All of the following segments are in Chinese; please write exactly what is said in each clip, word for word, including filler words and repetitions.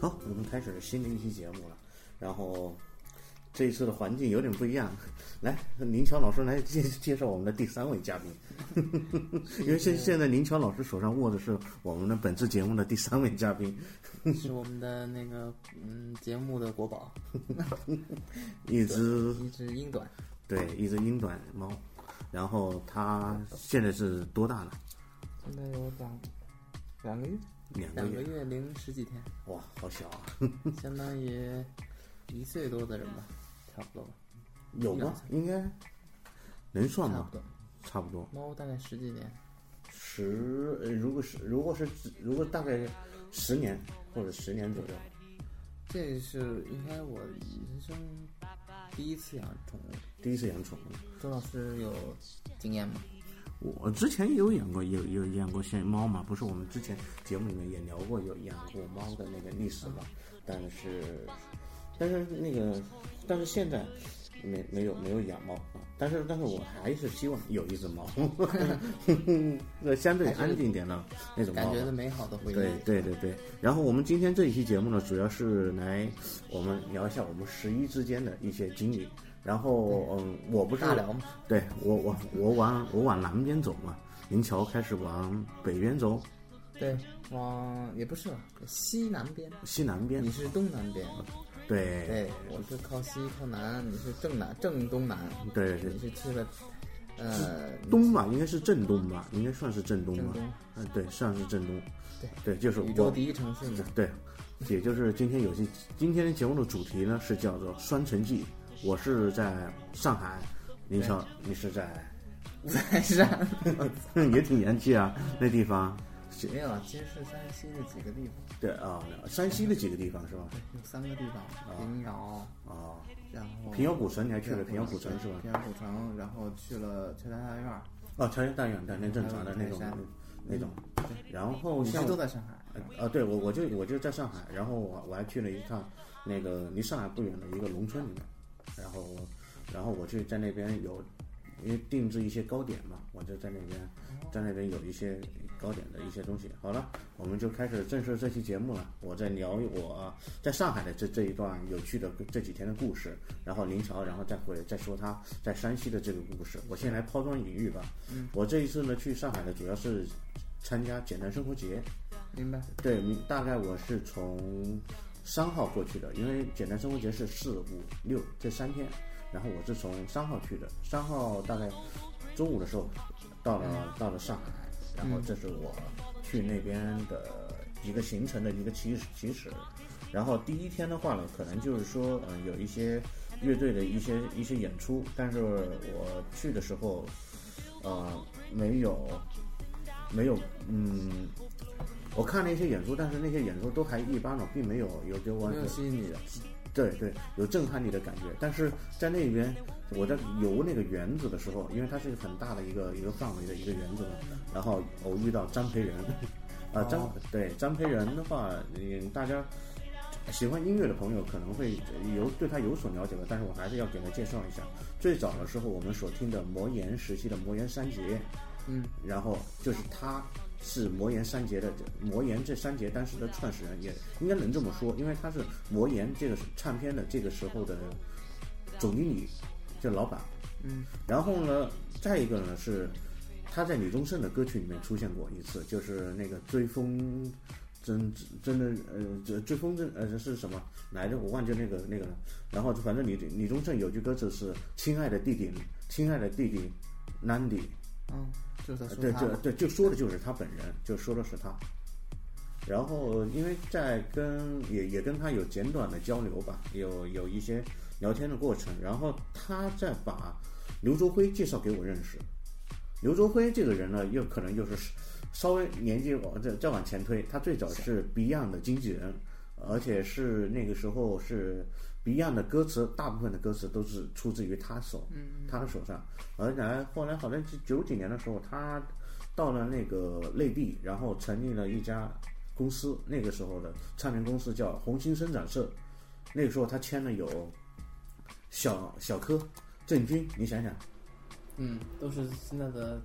好，我们开始新的一期节目了。然后这一次的环境有点不一样，来，林乔老师来介介绍我们的第三位嘉宾。因为现现在林乔老师手上握的是我们的本次节目的第三位嘉宾， 是我们的那个嗯节目的国宝， 一只一只英短， 对，一只英短猫。然后它现在是多大了？ 现在有两两个月， 两个月， 两个月零十几天， 哇，好小啊！ 相当于一岁多的人吧，差不多吧。 有吗？应该能算吗？ 差不多， 差不多。 猫大概十几年， 十，呃如果是如果是如果大概十年或者十年左右。 这是应该我人生第一次养宠物。 第一次养宠物， 周老师有经验吗？ 我之前也有养过，有有养过像猫嘛，不是我们之前节目里面也聊过有养过猫的那个历史嘛，但是但是那个但是现在没没有没有养猫啊，但是但是我还是希望有一只猫，那相对安静点的那种猫， 感觉的美好的回忆。 对对对对。然后我们今天这一期节目呢，主要是来我们聊一下我们十一之间的一些经历。然后嗯，我不是大聊嘛， 对我我我往我往南边走嘛，林乔开始往北边走， 对，往也不是吧，西南边， 西南边， 你是东南边， 对对，我是靠西靠南，你是正南正东南， 对对， 你是去了呃东吧，应该是正东吧，应该算是正东吧， 正东， 嗯对，算是正东， 对对，就是宇宙第一城市嘛， 对，也就是今天有些今天的节目的主题呢是叫做双城记。我是在上海，林乔，你是在五台山， 也挺洋气啊，那地方。 没有，其实是山西的几个地方。 对啊、哦，山西的几个地方是吧？ 对，有三个地方，平遥啊， 然后平遥古城，你还去了平遥古城是吧？ 平遥古城，然后去了乔家大院。 哦，乔家大院，对，那正常的那种那种。然后像你都在上海。 啊，对，我我就我就在上海，然后我我还去了一趟那个离上海不远的一个农村里面。然后，然后我就在那边有，因为定制一些糕点嘛，我就在那边，在那边有一些糕点的一些东西。好了，我们就开始正式这期节目了。我在聊我在上海的这这一段有趣的这几天的故事，然后林乔，然后再回再说他在山西的这个故事。我先来抛砖引玉吧。 嗯， 我这一次呢去上海呢，主要是参加简单生活节。 明白。 对，大概我是从三号过去的，因为简单生活节是四五六这三天，然后我是从三号去的，三号大概中午的时候到了、嗯、到了上海，然后这是我去那边的一个行程的一个起始起始。然后第一天的话呢，可能就是说嗯、呃、有一些乐队的一些一些演出，但是我去的时候呃没有没有嗯。我看了一些演出，但是那些演出都还一般了，并没有有给我没有吸引你的， 对对，有震撼力的感觉。但是在那边，我在游那个园子的时候，因为它是很大的一个一个范围的一个园子嘛，然后偶遇到张培仁，啊、呃、张对张培仁的话，嗯，大家喜欢音乐的朋友可能会有对他有所了解的，但是我还是要给他介绍一下。最早的时候，我们所听的魔岩时期的魔岩三杰， 嗯， 然后就是他。是魔岩三杰的魔岩这三杰当时的创始人，也应该能这么说，因为他是魔岩这个唱片的这个时候的总经理，就老板。 嗯， 然后呢，再一个呢是他在李宗盛的歌曲里面出现过一次，就是那个追风真真的呃追风筝呃是什么来着？我忘记那个那个了。然后反正李李宗盛有句歌词是“亲爱的弟弟，亲爱的弟弟 Nandy”。 嗯，就在说对对对，就说的就是他本人，就说的是他。然后因为在跟也也跟他有简短的交流吧，有有一些聊天的过程，然后他再把刘卓辉介绍给我认识。刘卓辉这个人呢，又可能又是稍微年纪往再再往前推，他最早是 Beyond 的经纪人，而且是那个时候是 Beyond 的歌词，大部分的歌词都是出自于他手， 嗯， 他的手上。而且后来好像是九几年的时候，他到了那个内地，然后成立了一家公司，那个时候的唱片公司叫红星生产社。那个时候他签了有小小柯、郑钧，你想想， 嗯，都是现在的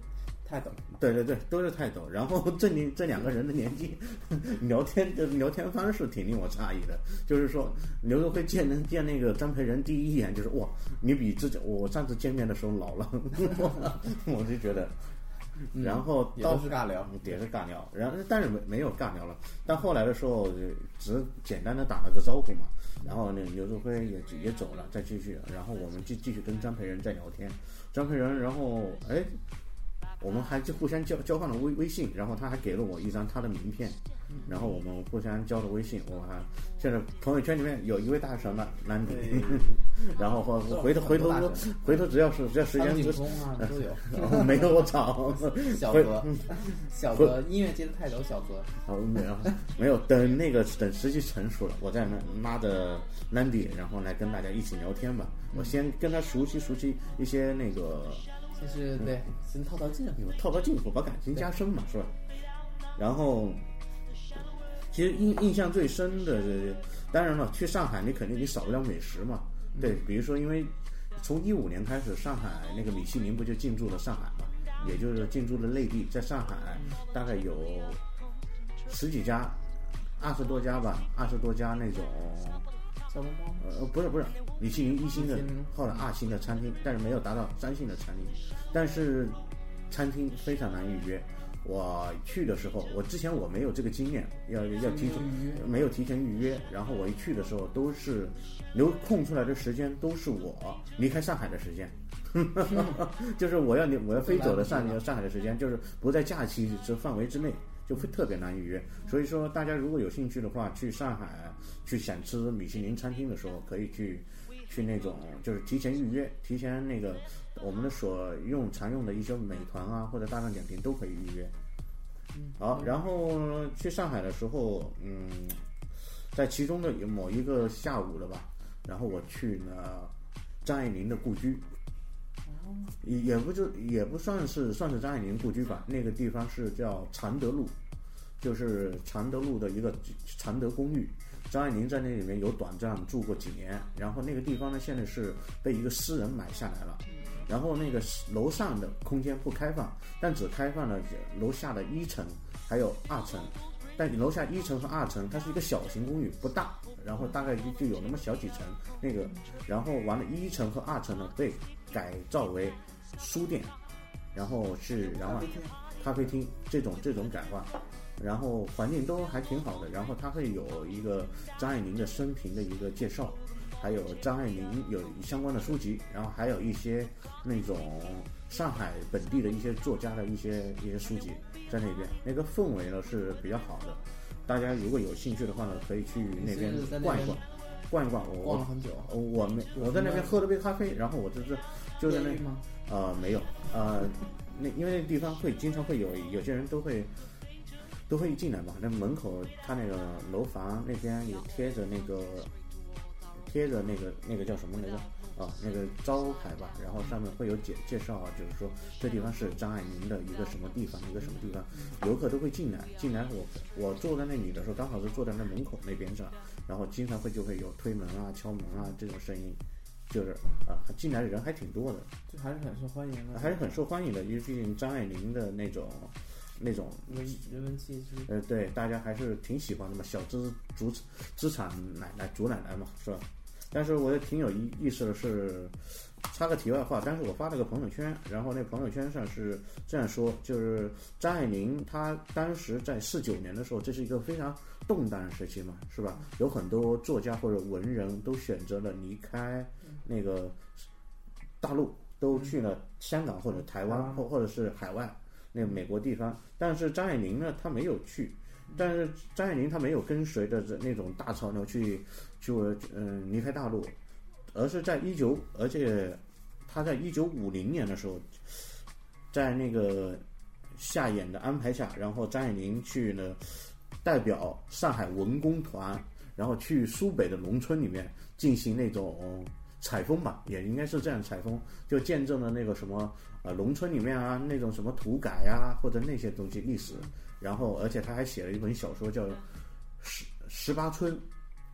泰斗， 对对对，都是泰斗。然后这里这两个人的年纪，聊天的聊天方式挺令我诧异的。就是说，刘德辉见见那个张培仁第一眼就是哇，你比之前我上次见面的时候老了，我就觉得。然后倒是尬聊， 也是尬聊。然后但是没没有尬聊了。但后来的时候，只简单的打了个招呼嘛。然后那刘德辉也也走了，再继续。然后我们继继续跟张培仁在聊天。张培仁，然后哎。我们还就互相交交换了微微信，然后他还给了我一张他的名片，然后我们互相交了微信。我还现在朋友圈里面有一位大神了，兰迪，然后回头回头回头只要是只要时间就啊都有， 然后没有我找小哥，小哥音乐界的泰斗小哥， 哦没有没有，等那个等时机成熟了，我再拉着兰迪，然后来跟大家一起聊天吧。我先跟他熟悉熟悉一些那个。 就是对，先套套近乎， 套套近乎，把感情加深嘛，是吧？然后，其实印印象最深的，当然了，去上海你肯定你少不了美食嘛。对，比如说，因为从一五年开始，上海那个米其林不就进驻了上海嘛，也就是进驻了内地，在上海大概有十几家、二十多家吧，二十多家那种。 小笼包？ 呃，不是不是，米其林一星的，后来二星的餐厅，但是没有达到三星的餐厅。但是餐厅非常难预约。我去的时候，我之前我没有这个经验，要要提前没有提前预约。然后我一去的时候，都是留空出来的时间都是我离开上海的时间，就是我要我要飞走的上上海的时间，就是不在假期这范围之内。就会特别难预约，所以说大家如果有兴趣的话，去上海去想吃米其林餐厅的时候，可以去去那种就是提前预约，提前那个我们的所用常用的一些美团啊或者大众点评都可以预约。好，然后去上海的时候，嗯，在其中的某一个下午了吧，然后我去了张爱玲的故居。也不就也不算是算是张爱玲故居吧，那个地方是叫常德路，就是常德路的一个常德公寓。张爱玲在那里面有短暂住过几年，然后那个地方呢现在是被一个私人买下来了，然后那个楼上的空间不开放，但只开放了楼下的一层还有二层，但楼下一层和二层它是一个小型公寓，不大，然后大概就就有那么小几层那个，然后完了一层和二层呢被改造为书店，然后是然后咖啡厅这种这种改换，然后环境都还挺好的，然后它会有一个张爱玲的生平的一个介绍，还有张爱玲有相关的书籍，然后还有一些那种上海本地的一些作家的一些一些书籍在那边，那个氛围呢是比较好的，大家如果有兴趣的话呢，可以去那边逛一逛。逛一逛，我逛了很久。 我没我在那边喝了杯咖啡，然后我就是就在那呃没有呃那因为那地方会经常会有有些人都会都会进来嘛，那门口他那个楼房那边也贴着那个贴着那个那个叫什么来着啊那个招牌吧，然后上面会有介介绍啊，就是说这地方是张爱玲的一个什么地方一个什么地方，游客都会进来进来我我坐在那里的时候刚好是坐在那门口那边上，然后经常会就会有推门啊敲门啊这种声音，就是啊进来的人还挺多的， 就还是很受欢迎的， 还是很受欢迎的，因为毕竟张爱玲的那种那种人文气质， 呃对大家还是挺喜欢的嘛，小资主资产奶奶主奶奶嘛是吧？但是我也挺有意意思的是，插个题外话，但是我发了个朋友圈，然后那朋友圈上是这样说，就是张爱玲她当时在四九年的时候，这是一个非常动荡的时期嘛，是吧？有很多作家或者文人都选择了离开那个大陆，都去了香港或者台湾或或者是海外那个美国地方，但是张爱玲呢，她没有去。但是张爱玲她没有跟随着那种大潮流去去嗯离开大陆，而是在一九，而且她在一九五零年的时候，在那个夏衍的安排下，然后张爱玲去了代表上海文工团，然后去苏北的农村里面进行那种采风吧，也应该是这样采风，就见证了那个什么呃农村里面啊那种什么土改啊或者那些东西历史。然后，而且他还写了一本小说叫《十十八村》，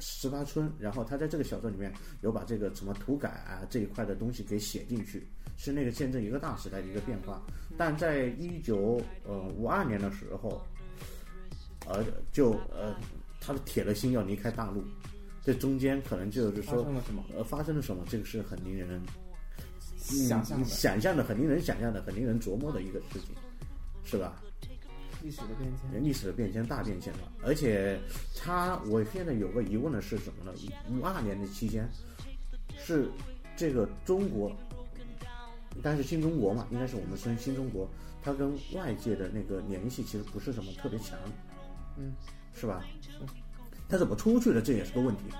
十八村，然后他在这个小说里面有把这个什么土改啊这一块的东西给写进去，是那个见证一个大时代的一个变化。但在一九呃五二年的时候，呃就呃他的铁了心要离开大陆，这中间可能就是说发生了什么？ 呃发生了什么，这个是很令人想象的、 嗯、想象的，很令人想象的，很令人琢磨的一个事情，是吧？ 历史的变迁， 历史的变迁，大变迁嘛。而且他，我现在有个疑问的是什么呢？五二年的期间，是这个中国，应该是新中国嘛，应该是我们说新中国，它跟外界的那个联系其实不是什么特别强， 嗯， 是吧？他怎么出去的，这也是个问题。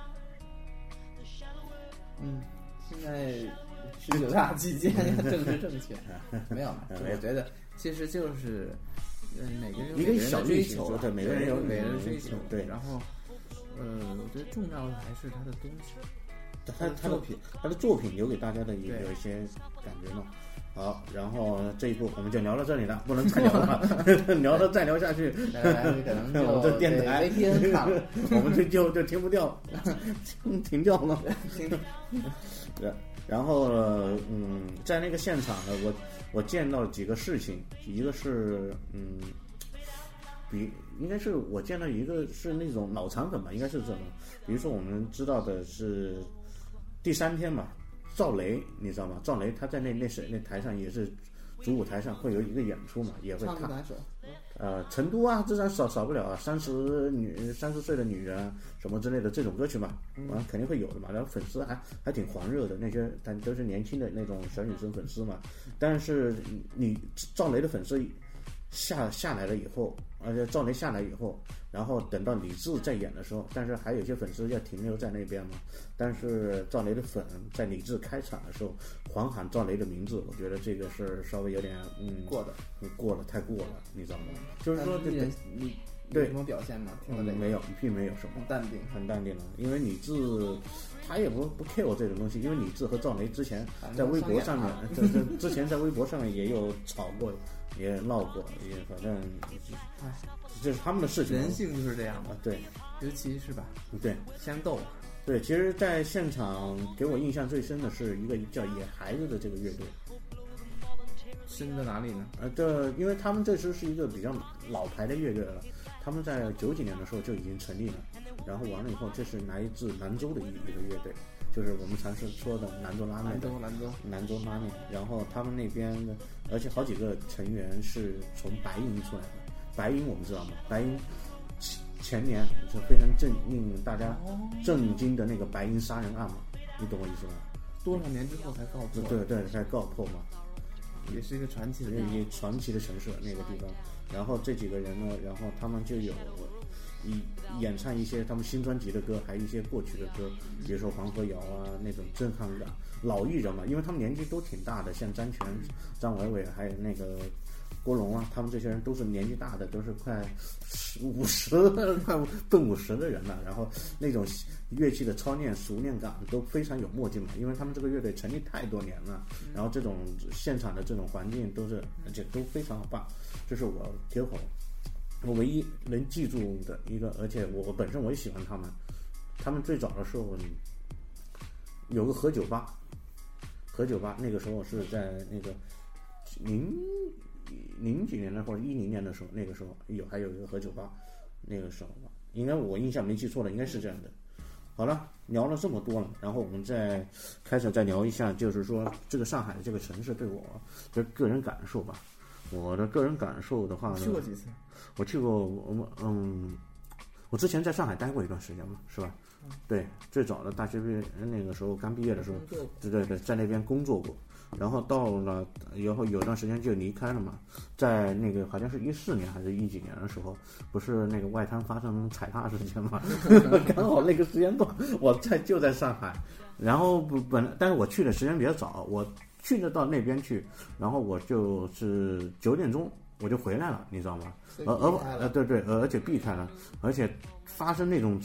嗯，现在十九大期间政治正确，没有了。我觉得其实就是。嗯，每个人有每个人的追求， 对，每个人有每个人的追求， 对。 然后，呃，我觉得重要的还是他的东西， 他他的品，他的作品留给大家的有一些感觉嘛。好，然后这一步我们就聊到这里了，不能再聊了，聊到再聊下去， 来来可能我们的电台 V P N 卡了， 我们就就就停不掉，停掉了。对，然后嗯，在那个现场呢，我。我见到几个事情，一个是嗯，比应该是我见到一个是那种脑残粉吧，应该是这种。比如说我们知道的是第三天吧，赵雷你知道吗？赵雷他在那那谁那台上也是主舞台上会有一个演出嘛，也会看。呃，成都啊，自然少少不了啊，三十女三十岁的女人啊，什么之类的这种歌曲嘛，啊，肯定会有的嘛。然后粉丝还还挺狂热的，那些但都是年轻的那种小女生粉丝嘛。但是你赵雷的粉丝下下来了以后，而且赵雷下来以后，然后等到李志在演的时候，但是还有一些粉丝要停留在那边嘛。但是赵雷的粉在李志开场的时候狂喊赵雷的名字，我觉得这个是稍微有点嗯过的， 过了太过了，你知道吗？就是说你你有什么表现吗？听了没有，并没有什么， 很淡定， 很淡定了。因为李志他也不不 care 这种东西，因为李志和赵雷之前在微博上面，就是之前在微博上面也有吵过，也闹过，也反正这是他们的事情。 人性就是这样啊，对， 尤其是吧， 对， 相斗。 对，其实，在现场给我印象最深的是一个叫野孩子的这个乐队。 深在哪里呢？ 呃，这因为他们这支是一个比较老牌的乐队了，他们在九几年的时候就已经成立了，然后完了以后，这是来自兰州的一一个乐队，就是我们常说的兰州拉面。 兰州，兰州， 兰州拉面。然后他们那边的，而且好几个成员是从白银出来的。白银我们知道吗？白银前年是非常震令大家震惊的那个白银杀人案嘛，你懂我意思吗？ 多少年之后才告破？ 对对，才告破嘛。 也是一个传奇的一个传奇的城市那个地方。然后这几个人呢，然后他们就有一演唱一些他们新专辑的歌，还有一些过去的歌，比如说黄河谣啊那种震撼感。老艺人嘛，因为他们年纪都挺大的，像张全、张伟伟还有那个郭龙啊，他们这些人都是年纪大的，都是快五十快奔五十的人了。然后那种乐器的操练熟练感都非常有默契嘛，因为他们这个乐队成立太多年了，然后这种现场的这种环境都是而且都非常棒。这是我铁口我唯一能记住的一个，而且我本身我也喜欢他们。他们最早的时候有个何酒吧，何酒吧那个时候是在那个零零几年的或者一零年的时候，那个时候有还有一个何酒吧，那个时候吧，应该我印象没记错了，应该是这样的。好了，聊了这么多了，然后我们再开始再聊一下，就是说这个上海的这个城市对我的个人感受吧。我的个人感受的话呢， 去过几次？ 我去过，我们嗯，我之前在上海待过一段时间嘛，是吧？嗯、对，最早的大学毕业那个时候刚毕业的时候，对对对，在那边工作过。然后到了以后有段时间就离开了嘛，在那个好像是一四年还是一几年的时候，不是那个外滩发生踩踏事件嘛，刚好那个时间段我在就在上海，然后本但是我去的时间比较早，我去了到那边去，然后我就是九点钟我就回来了，你知道吗？而而呃对对，而且避开了，而且发生那种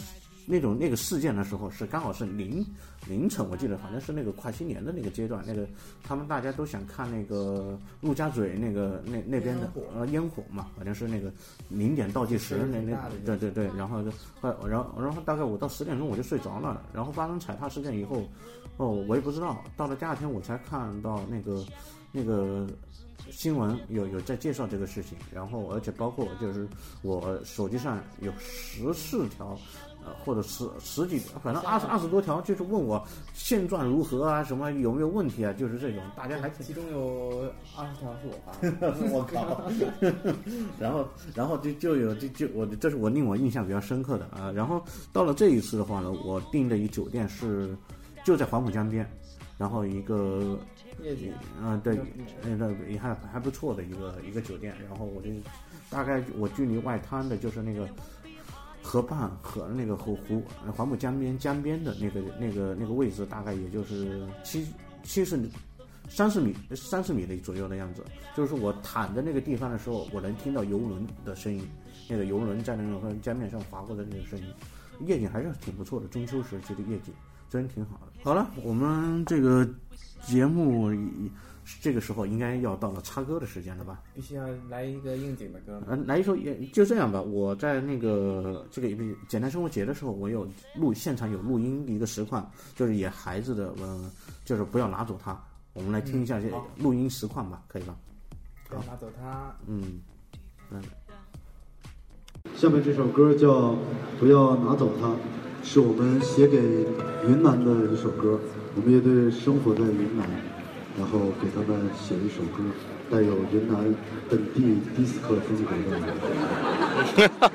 那种那个事件的时候是刚好是凌凌晨，我记得好像是那个跨新年的那个阶段，那个他们大家都想看那个陆家嘴那个那那边的呃烟火嘛，好像是那个零点倒计时那那对对对，然后就然后然后大概我到十点钟我就睡着了，然后发生踩踏事件以后，哦我也不知道，到了第二天我才看到那个那个。新闻有有在介绍这个事情，然后而且包括就是我手机上有十四条，呃或者十十几，反正二十二十多条，就是问我现状如何啊，什么有没有问题啊，就是这种，大家还其中有二十条是我发的， 我靠，然后然后就就有就就我这是我令我印象比较深刻的啊，然后到了这一次的话呢，我订的一酒店是就在黄浦江边，然后一个。 夜景啊、呃，对，那个也还还不错的一个一个酒店，然后我就大概我距离外滩的就是那个河畔和那个湖湖黄浦江边江边的那个那个那个位置，大概也就是七七十米三十米三十米的左右的样子。就是我躺在那个地方的时候，我能听到游轮的声音，那个游轮在那个江面上划过的那个声音，夜景还是挺不错的，中秋时期的夜景真挺好的。好了，我们这个。节目这个时候应该要到了插歌的时间了吧？ 必须要来一个应景的歌。 嗯、呃，来一首也就这样吧。我在那个这个简单生活节的时候，我有录现场有录音一个实况，就是野孩子的，嗯、呃，就是不要拿走它。我们来听一下这录音实况吧，可以吧？ 不要拿走它。 嗯，嗯。 下面这首歌叫《不要拿走它》，是我们写给云南的一首歌。我们乐队生活在云南，然后给他们写一首歌，带有云南本地迪斯科风格的。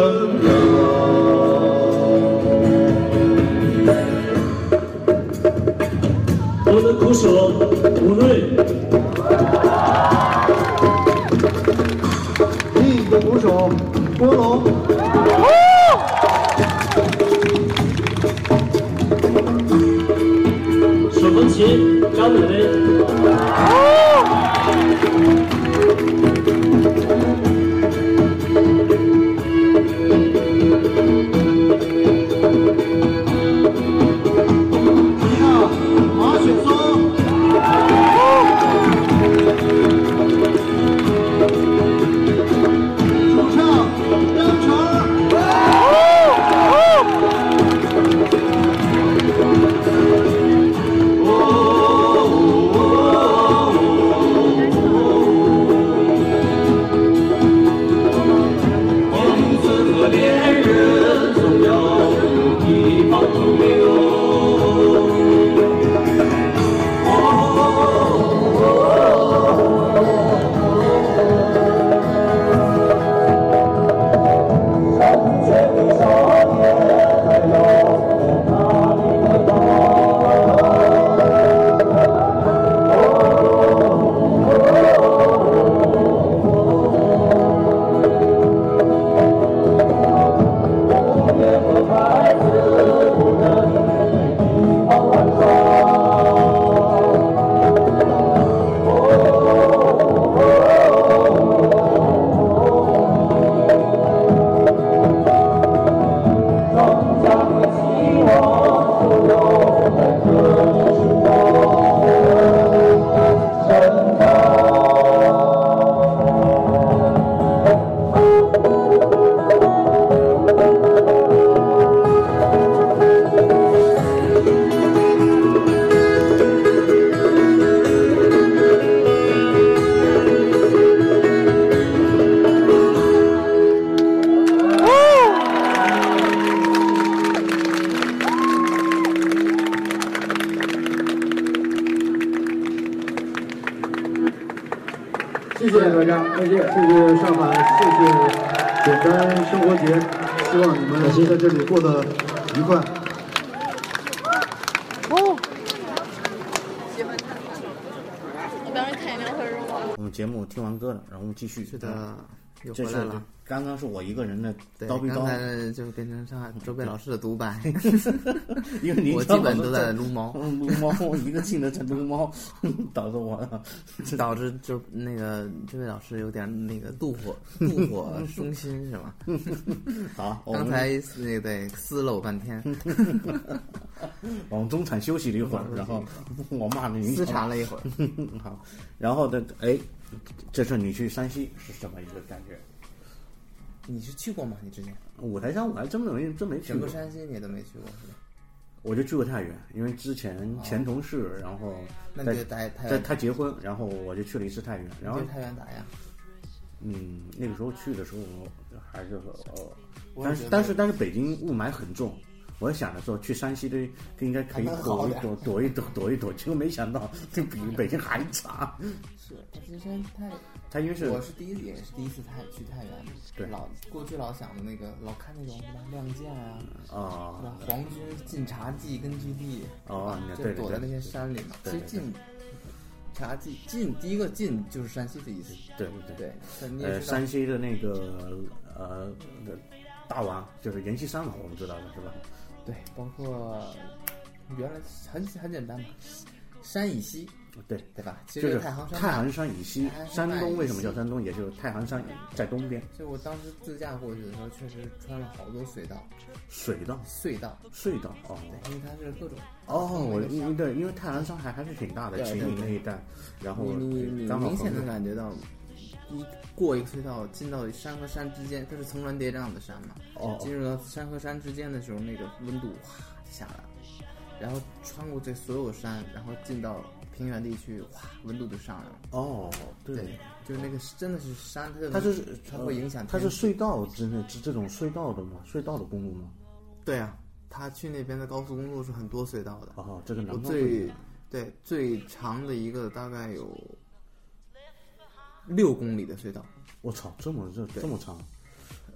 我的鼓手吴瑞， 另一个鼓手郭龙， 手风琴张美薇。 谢谢大家，再见，谢谢上海，谢谢简单生活节，希望你们在这里过得愉快。 哦，喜欢看看，我当时看两会儿吗？ 我们节目听完歌了，然后我们继续。 是的，又这是回来了。 刚刚是我一个人的对， 叨逼叨， 刚才就变成上海周贝老师的独白， 因为你我基本都在撸猫， 撸猫，一个劲的在撸猫，导致我导致就那个这位老师有点那个妒火妒火攻心是吗？ 好， 刚才那个对撕了我半天， 我们中场休息了一会儿，然后我骂了你， 私查了一会儿， 好，然后的哎，这次你去山西是什么一个感觉？ 你是去过吗？你之前五台山我还真没真没去过， 整个山西你也都没去过是吧？ 我就去过太原，因为之前前同事，然后在在在他结婚，然后我就去了一次太原。然后对太原咋样？ 嗯，那个时候去的时候还是呃，但是但是但是北京雾霾很重，我想着说去山西的应该可以躲一躲躲一躲躲一躲，结果没想到这比北京还差。 是，它其实太。 他因为是我是第一也是第一次太去太原， 对， 老过去老想的那个老看那种什么亮剑啊， 啊、哦， 是吧？皇军晋察冀根据地， 哦， 就躲在那些山里嘛。 对对对其实晋察冀晋第一个晋就是山西的意思， 对对对对。呃，山西的那个呃大王就是阎锡山嘛，我们知道的是吧？ 对，包括原来很很简单嘛，山以西。 对对吧？其实太行山， 太行山以西，山东为什么叫山东？也就是太行山在东边。 所以我当时自驾过去的时候，确实穿了好多隧道。 水道、 隧道、 隧道哦， 对，因为它是各种。 哦，我因对，因为太行山还还是挺大的，秦岭那一带，然后你你你明显的感觉到，一过一个隧道进到山和山之间，它是层峦叠嶂的山嘛。 哦。 进入到山和山之间的时候，那个温度哗下来了，然后穿过这所有山，然后进到。平原地区，哇，温度就上来了。 哦，对， 对就是那个真的是山， 它是它会影响。 它是隧道，真的是这种隧道的吗？隧道的公路吗？ 对啊，他去那边的高速公路是很多隧道的。 哦，这个南方最对最长的一个大概有六公里的隧道。 我操，这么这这么长？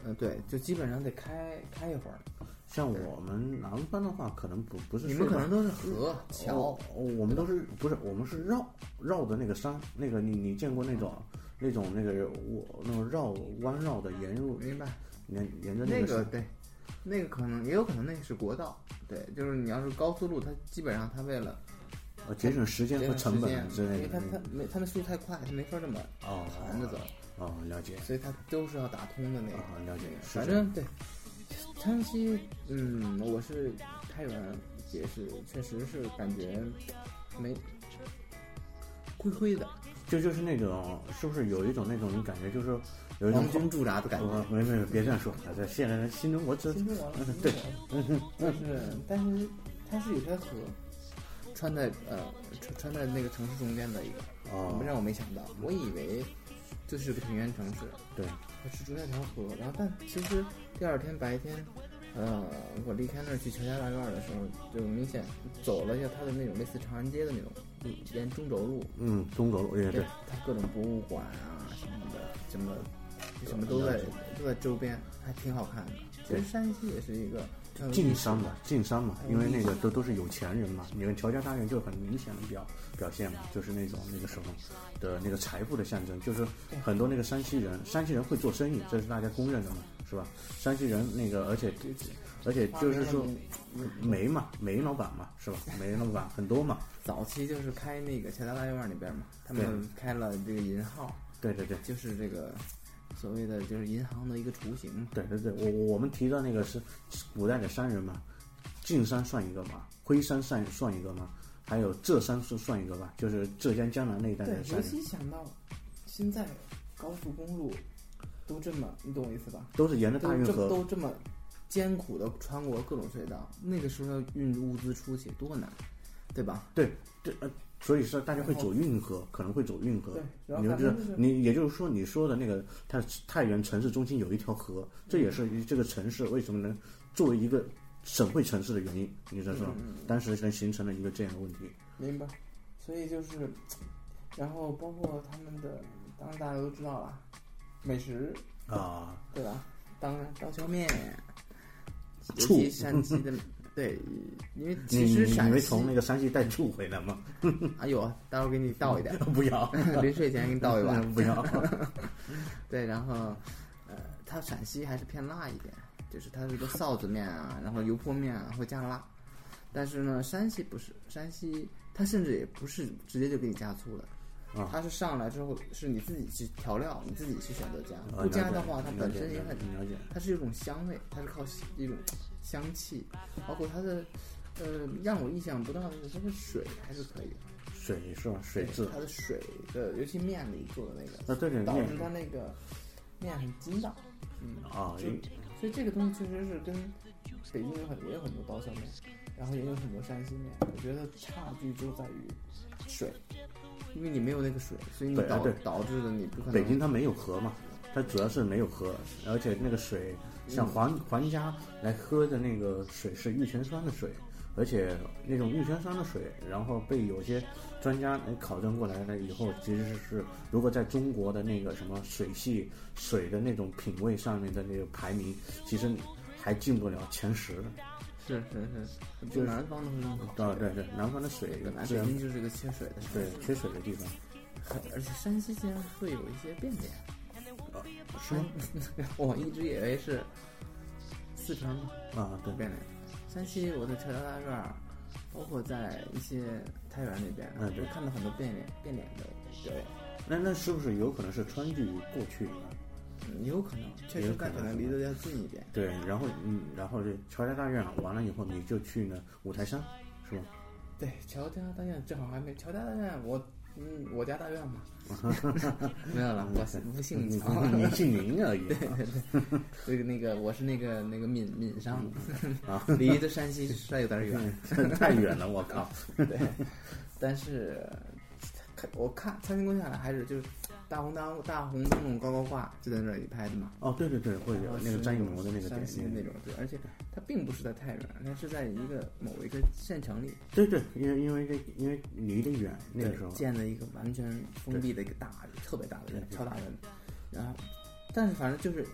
嗯，对，就基本上得开开一会儿。 像我们南方的话，可能不不是你们可能都是河桥、 哦，我们都是不是我们是绕绕的那个山，那个你你见过那种那种那个我那种绕弯绕的沿路， 明白？ 沿沿着那个个对，那个可能也有可能那是国道，对，就是你要是高速路，它基本上它为了呃节省时间和成本之类的， 因为它它没它那速度太快，它没法这么哦盘着走。 哦，了解。 所以它都是要打通的那个。 哦，了解。 反正对，山西，嗯，我是太原也是，确实是感觉没灰灰的， 就就是那种，是不是有一种那种你感觉就是有一种皇军驻扎的感觉？ 没没没，别这样说，这现在新中国这新中国对， 但是但是它是有条河穿在呃穿穿在那个城市中间的一个， 哦， 让我没想到，我以为就是个平原城市， 对， 它是中间一条河，然后但其实第二天白天。呃，我离开那儿去乔家大院的时候，就明显走了一下它的那种类似长安街的那种，嗯，沿中轴路， 嗯，中轴路也对， 它各种博物馆啊什么的，什么什么都在都在周边，还挺好看的。其实山西也是一个晋商嘛，晋商嘛，因为那个都都是有钱人嘛，你看乔家大院就很明显的表表现嘛，就是那种那个时候的那个财富的象征，就是很多那个山西人，山西人会做生意，这是大家公认的嘛。是吧？山西人那个，而且而且就是说，煤嘛，煤老板嘛，是吧？煤老板很多嘛。 早期就是开那个乔家大院那边嘛，他们开了这个银号。 对对对， 就是这个所谓的就是银行的一个雏形嘛。 对对对，我我们提到那个是古代的山人嘛，晋山算一个嘛，徽山算算一个嘛，还有浙山是算一个吧，就是浙江江南那一带的山人。 对，尤其想到现在高速公路。都这么，你懂我意思吧？ 都是沿着大运河， 都这么艰苦的穿过各种隧道，那个时候要运物资出去多难，对吧？ 对，对，呃，所以说大家会走运河，可能会走运河。 对， 你就是你，也就是说你说的那个，它太原城市中心有一条河，这也是这个城市为什么能作为一个省会城市的原因，你知道吗？ 嗯、 当时才形成了一个这样的问题。 明白。所以就是，然后包括他们的，当然大家都知道了。美食啊， 对吧？当然刀削面，尤醋， 其山西的，对，因为其实陕西， 你没从那个山西带醋回来吗？ 啊有啊，待会儿给你倒一点。 不要， 临睡前给你倒一碗。 不要。 对，然后呃，它陕西还是偏辣一点，就是它是一个臊子面啊，然后油泼面啊会加辣，但是呢，山西不是，山西它甚至也不是直接就给你加醋的。它是上来之后是你自己去调料，你自己去选择加，不加的话，它本身也很，它是一种香味，它是靠一种香气，包括它的，呃，让我意想不到的是它的水还是可以的， 水是吧？水质， 它的水的，尤其面里做的那个， 啊对对， 导致它那个面很筋道，嗯啊， 所以这个东西确实是跟北京有很也有很多刀削面，然后也有很多山西面，我觉得差距就在于水。因为你没有那个水，所以你导导致的你不可能。 北京它没有河嘛，它主要是没有河，而且那个水像皇、嗯、皇家来喝的那个水是玉泉酸的水，而且那种玉泉酸的水，然后被有些专家考证过来了以后，其实是如果在中国的那个什么水系水的那种品味上面的那个排名，其实还进不了前十。 是是是，就南方的会更好。 啊，对对，南方的水本来北京就是一个缺水的， 对，缺水的地方。 而且山西竟然会有一些变脸， 啊，是吗？ 我一直以为是四川嘛。 啊，对， 变脸。山西我在乔家大院，包括在一些太原那边， 嗯，对， 看到很多变脸变脸的表演。 那那是不是有可能是川剧过去的？ 嗯，有可能，确实可能离得要近一点。 对，然后嗯，然后这乔家大院完了以后，你就去呢五台山，是吧？ 对，乔家大院正好还没乔家大院，我嗯，我家大院嘛，没有了，我不姓乔， 你姓林而已。 对对对，这个那个我是那个那个闽闽上啊，离这山西稍有点远， 太远了，我靠。 对，但是看我看参观下来还是就是。大红大大红灯笼高高挂，就在那里拍的嘛。 哦，对对对，会有那个张艺谋的那个山西那种，对，而且它并不是在太原，它是在一个某一个县城里。 对对，因为因为这因为离得远，那个时候建了一个完全封闭的一个大特别大的人，超大人。然后，但是反正就是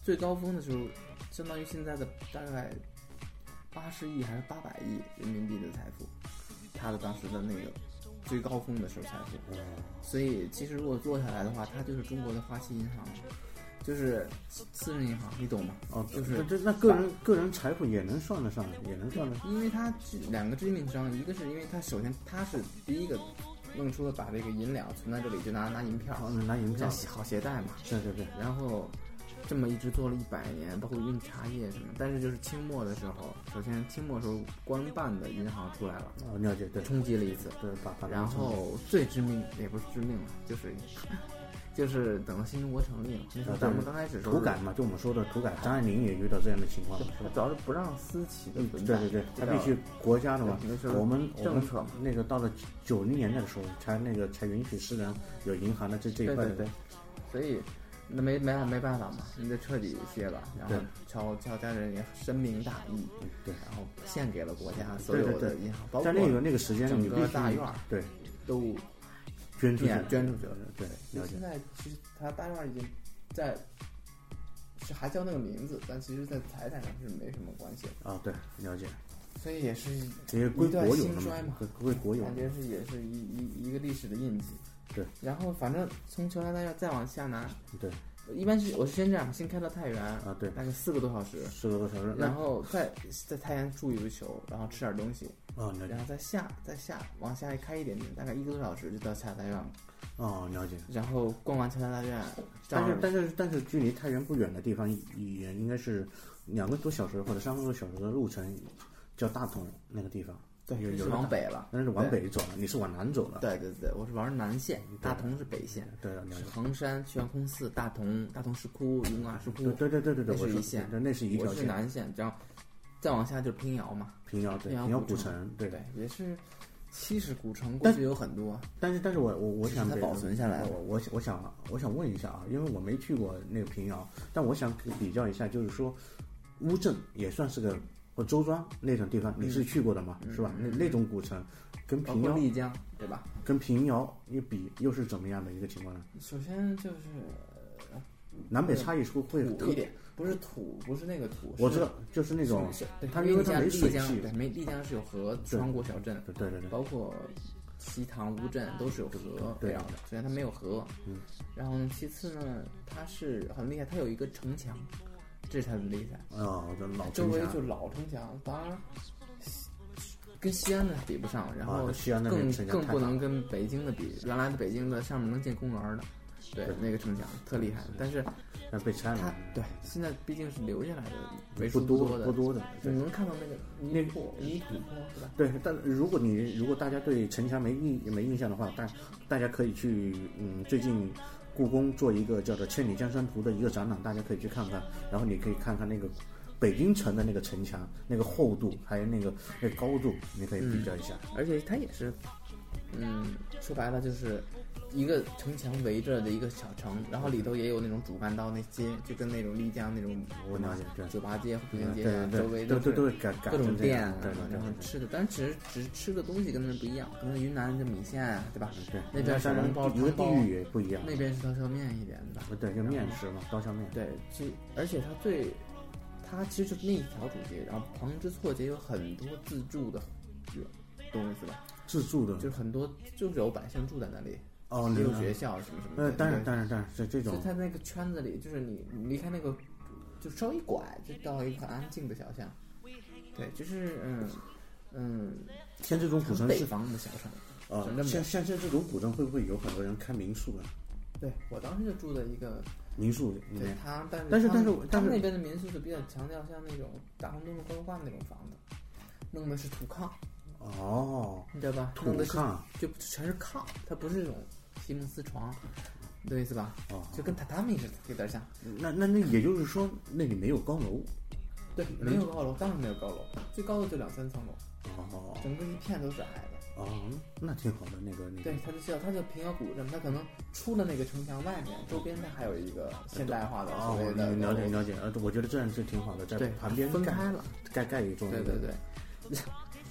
最高峰的时候，相当于现在的大概八十亿还是八百亿人民币的财富，他的当时的那个最高峰的时候财富。 嗯， 所以其实如果做下来的话，它就是中国的花旗银行，就是私人银行，你懂吗？ 哦， 就是这那个人个人财富也能算得上，也能算得上。 因为它两个致命伤，一个是因为它首先它是第一个弄出了把这个银两存在这里就拿拿银票， 哦，拿银票好携带嘛。 对对对。 然后这么一直做了一百年，包括运茶叶什么。但是就是清末的时候，首先清末时候官办的银行出来了， 哦，了解，对， 冲击了一次， 对，把把。 然后最致命也不是致命了，就是就是等到新中国成立了，那时候咱们刚开始土改嘛，就我们说的土改，张爱玲也遇到这样的情况，是吧？ 主要是不让私企的存在， 对对对，它必须国家的嘛。我们政策嘛， 那个到了九零年代的时候，才那个才允许私人有银行的这这一块的。 对对对，所以那没没没办法嘛，你得彻底歇吧。然后乔乔家人也深明大义， 对， 然后献给了国家所有的银行，包括在那个那个时间， 整个大院对都捐出去， 捐出去了。 对， 现在其实他大院已经在是还叫那个名字，但其实在财产上是没什么关系啊。对，了解。 所以也是也归国有兴衰嘛， 归国有， 感觉是也是一一一个历史的印记。 对， 然后反正从乔家大院再往下拿， 对， 一般是我是先这样，先开到太原啊，对， 大概四个多小时， 四个多小时， 然后再在太原住一个宿，然后吃点东西， 啊， 然后再下再下往下一开一点点，大概一个多小时就到乔家大院了。 哦，了解。 然后逛完乔家大院， 但是但是但是距离太原不远的地方也应该是两个多小时或者三个多小时的路程，叫大同那个地方。 对， 有有往北了， 那是往北走了，你是往南走了。 对对对，我是玩南线，大同是北线。 对， 是衡山、悬空寺、大同、大同石窟、云冈石窟。 对对对对对， 那是一线， 那是一条线。 我是南线，然后再往下就是平遥嘛。 平遥对，平遥古城，对对，也是七十古城，过去有很多。 但是但是我我我想它保存下来。 我我我想我想问一下啊，因为我没去过那个平遥，但我想比较一下，就是说乌镇也算是个。或周庄那种地方，你是去过的吗？ 嗯、 是吧？那那种古城，跟平遥、 丽江，对吧？ 跟平遥一比，又是怎么样的一个情况呢？ 首先就是南北差异出会土一点，不是土，不是那个土。 我知道，就是那种，它因为它没水系，对，没丽江是有河穿过小镇， 对对对， 包括西塘、乌镇都是有河围绕的。首先它没有河， 嗯， 然后呢，其次呢，它是很厉害，它有一个城墙。这才是厉害哦，这老周围就老城墙，当然跟西安的比不上，然后更更不能跟北京的比。原来的北京的上面能建公园的，对那个城墙特厉害，但是但被拆了。 对，现在毕竟是留下来的为数不多的，不多的， 你能看到那个泥坡泥土坡是吧？ 对，但如果你如果大家对城墙没印没印象的话，大大家可以去嗯最近。故宫做一个叫做《千里江山图》的一个展览，大家可以去看看。然后你可以看看那个北京城的那个城墙，那个厚度还有那个那个高度，你可以比较一下。 嗯、而且它也是，嗯，说白了就是一个城墙围着的一个小城，然后里头也有那种主干道那街，就跟那种丽江那种我了解，对， 酒吧街、步行街啊， 周围都都都改各种店， 对对对， 然后吃的，但是只是只是吃的东西跟那不一样，可能云南的米线，对吧？ 对， 那边小笼包、 一个地域也不一样， 那边是刀削面一点的， 对，就面食嘛，刀削面。 对，其而且它最，它其实就那一条主街，然后旁枝错节有很多自助的，懂我意思吧？ 自助的， 就是很多就是有百姓住在那里。 哦， 也有学校什么什么的。 呃，当然，当然，当然是这种。 就在那个圈子里，就是你离开那个，就稍微一拐，就到一个很安静的小巷。对，就是嗯嗯， 像这种古城北方的小城啊，像像像这种古城会不会有很多人开民宿啊？ 对，我当时就住的一个民宿里面，对他，但是但是但是他们那边的民宿就比较强调像那种大红灯笼高楼观那种房子，弄的是土炕。 哦， 你知道吧？ 土炕就全是炕，它不是那种席梦思床，对意思吧？ 哦， 就跟榻榻米似的，有点像。 那那那也就是说，那里没有高楼。 对，没有高楼，当然没有高楼，最高的就两三层楼。 哦， 整个一片都是矮的。 哦，那挺好的，那个那个。 对，它就叫它叫平遥古镇，它可能出了那个城墙外面，周边它还有一个现代化的所谓的。 了解了解，呃，我觉得这样是挺好的，在旁边分开了， 盖盖一座。 对对对。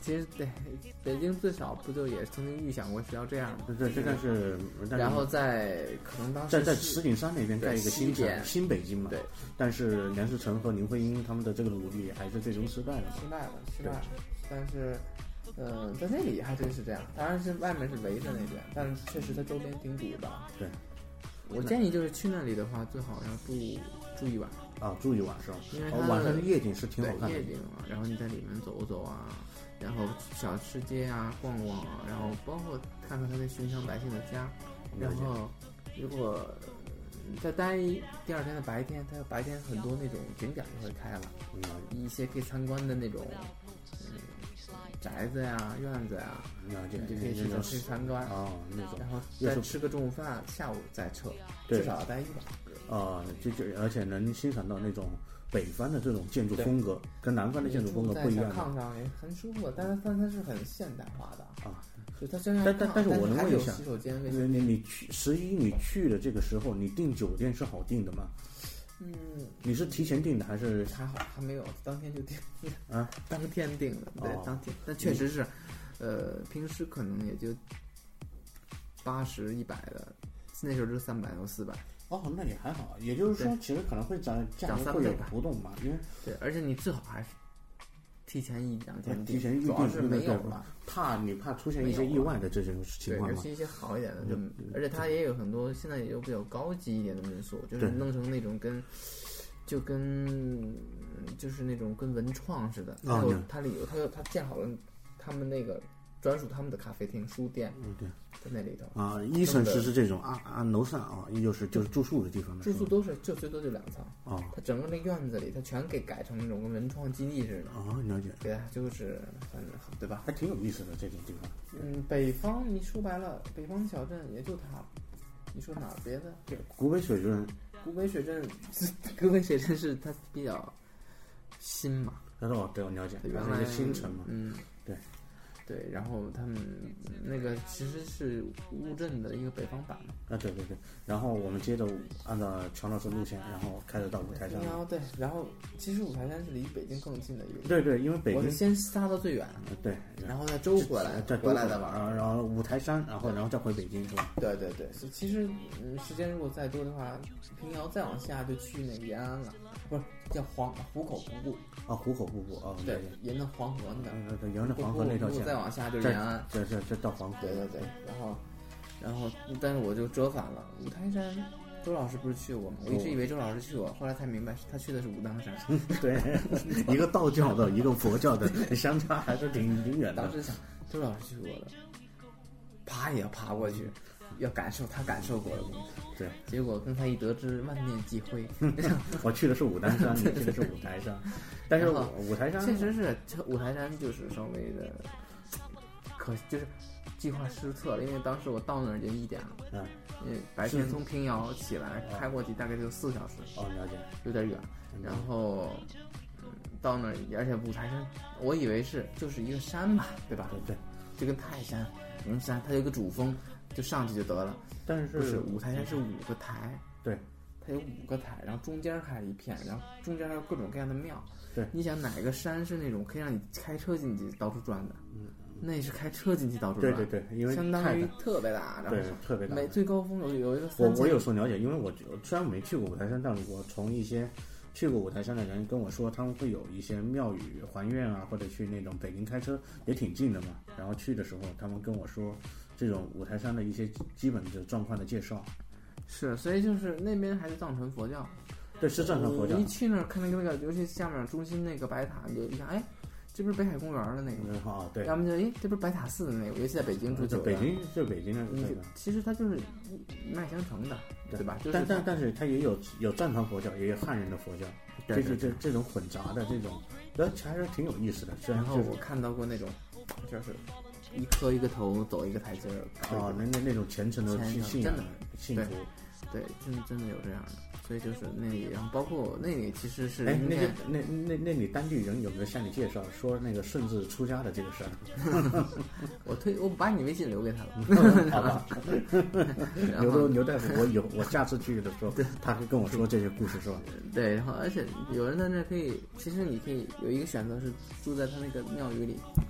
其实对，北京最少不就也曾经预想过是要这样的？ 对，这个是， 然后在可能当时在在石景山那边盖一个新城，新北京嘛。 对。 但是梁思成和林徽因他们的这个努力还是最终失败了。 失败了，失败了。但是，嗯、呃，在那里还真是这样。当然是外面是围着那边，但是确实它周边挺堵的。 对。 我建议就是去那里的话，最好要住住一晚。 啊，住一晚是吧？ 因为它、 哦、晚上的夜景是挺好看的。 夜景啊，然后你在里面走走啊。然后小吃街啊，逛逛啊，然后包括看看他那寻常百姓的家，然后如果再待第二天的白天，他白天很多那种景点就会开了，嗯，一些可以参观的那种，嗯，宅子呀、院子呀， 了解， 你就可以去去参观啊，那种， 然后再吃个中午饭，下午再撤，至少要待一晚。 啊，就就而且能欣赏到那种。北方的这种建筑风格跟南方的建筑风格不一样的， 在炕上也很舒服，但是但它是很现代化的啊， 就它虽然但但但是我能问一下， 洗手间， 你你你去十一你去的这个时候，你订酒店是好订的吗？ 嗯， 你是提前订的还是还好？还没有，当天就订啊， 当天订的，对， 哦、 当天，但确实是，呃，平时可能也就八十一百的，那时候就三百到四百。 哦，那也还好，也就是说，其实可能会涨价格会有浮动嘛，因为对，而且你最好还是提前一两天提前预定， 主要是没有嘛， 怕你怕出现一些意外的这种情况嘛， 尤其一些好一点的，就而且它也有很多现在也有比较高级一点的民宿，就是弄成那种跟就跟就是那种跟文创似的，它有它里有它有它建好了他们那个专属他们的咖啡厅、书店， 嗯对。 在那里头啊，一层是是这种啊啊楼上啊，就是就是住宿的地方的， 住宿都是就最多就两层啊。 它整个那院子里，它全给改成那种跟文创基地似的啊，了解。 对啊，就是反正对吧？ 还挺有意思的这种地方。 嗯，北方你说白了，北方小镇也就它，你说哪别的？ 对，古北水镇， 古北水镇，古北水镇是它比较新嘛？ 但是我对我了解， 原来是新城嘛， 嗯， 对。 对，然后他们那个其实是乌镇的一个北方版啊，对对对。然后我们接着按照乔老师路线，然后开始到五台山。 然后对，然后其实五台山是离北京更近的一个。 对对，因为北京我是先杀到最远， 对， 然后再周回来， 再回来再玩， 然后五台山，然后然后再回北京是吧？ 对对对，其实嗯，时间如果再多的话，平遥再往下就去那个延安了，不是叫黄湖口瀑布。 啊，湖口瀑布啊， 对，沿着黄河那边，对，沿着黄河那条线， 再往下就是延安， 这这这到黄河， 对对对，然后，然后，但是我就折返了。五台山，周老师不是去过吗？我一直以为周老师去过，后来才明白他去的是武当山。 对，一个道教的，一个佛教的，相差还是挺挺远的。 当时想，周老师去过的，爬也要爬过去。要感受他感受过的东西， 对， 结果跟他一得知，万念俱灰。 我去的是武当山，你去的是五台山，但是五台山确实是五台山就是稍微的，可就是计划失策了，因为当时我到那儿就一点了， 嗯， 因为白天从平遥起来开过去大概就四个小时， 哦，了解， 有点远，然后。到那儿，而且五台山，我以为是就是一个山嘛，对吧？ 对对， 就跟泰山、灵山，它有一个主峰，就上去就得了。 但是不是五台山是五个台， 对， 它有五个台，然后中间还有一片，然后中间还有各种各样的庙。 对， 你想哪个山是那种可以让你开车进去到处转的？ 嗯， 那是开车进去到处转。 对对对，因为相当于特别大，然后对特别大。 每最高峰有有一个我我有所了解，因为我虽然我没去过五台山，但我从一些。去过五台山的人跟我说，他们会有一些庙宇还愿啊，或者去那种北京开车也挺近的嘛。然后去的时候，他们跟我说这种五台山的一些基本的状况的介绍。 是，所以就是那边还是藏传佛教。 对，是藏传佛教。 一去那儿看那个那个，尤其下面中心那个白塔，你就一看，哎，这不是北海公园的那个？ 啊，对。 要么就哎，这不是白塔寺的那个？尤其在北京住久了。 北京就北京的， 其实它就是一脉相承的。对吧？就是、 但但但是它也有有藏传佛教，也有汉人的佛教， 对对对这这这种混杂的这种，呃，还是挺有意思的。虽然然后我看到过那种，就是一磕一个头，走一个台阶儿。 哦，那那那种虔诚的信仰，幸福。 对，真真的有这样的。所以就是那里，然后包括那里其实是哎，那个那那那里当地人有没有向你介绍说那个顺治出家的这个事儿？ 我推我把你微信留给他了， 好吧？刘刘大夫，我有我下次去的时候，他会跟我说这些故事是吧？ 对，然后而且有人在那可以，其实你可以有一个选择是住在他那个庙宇里，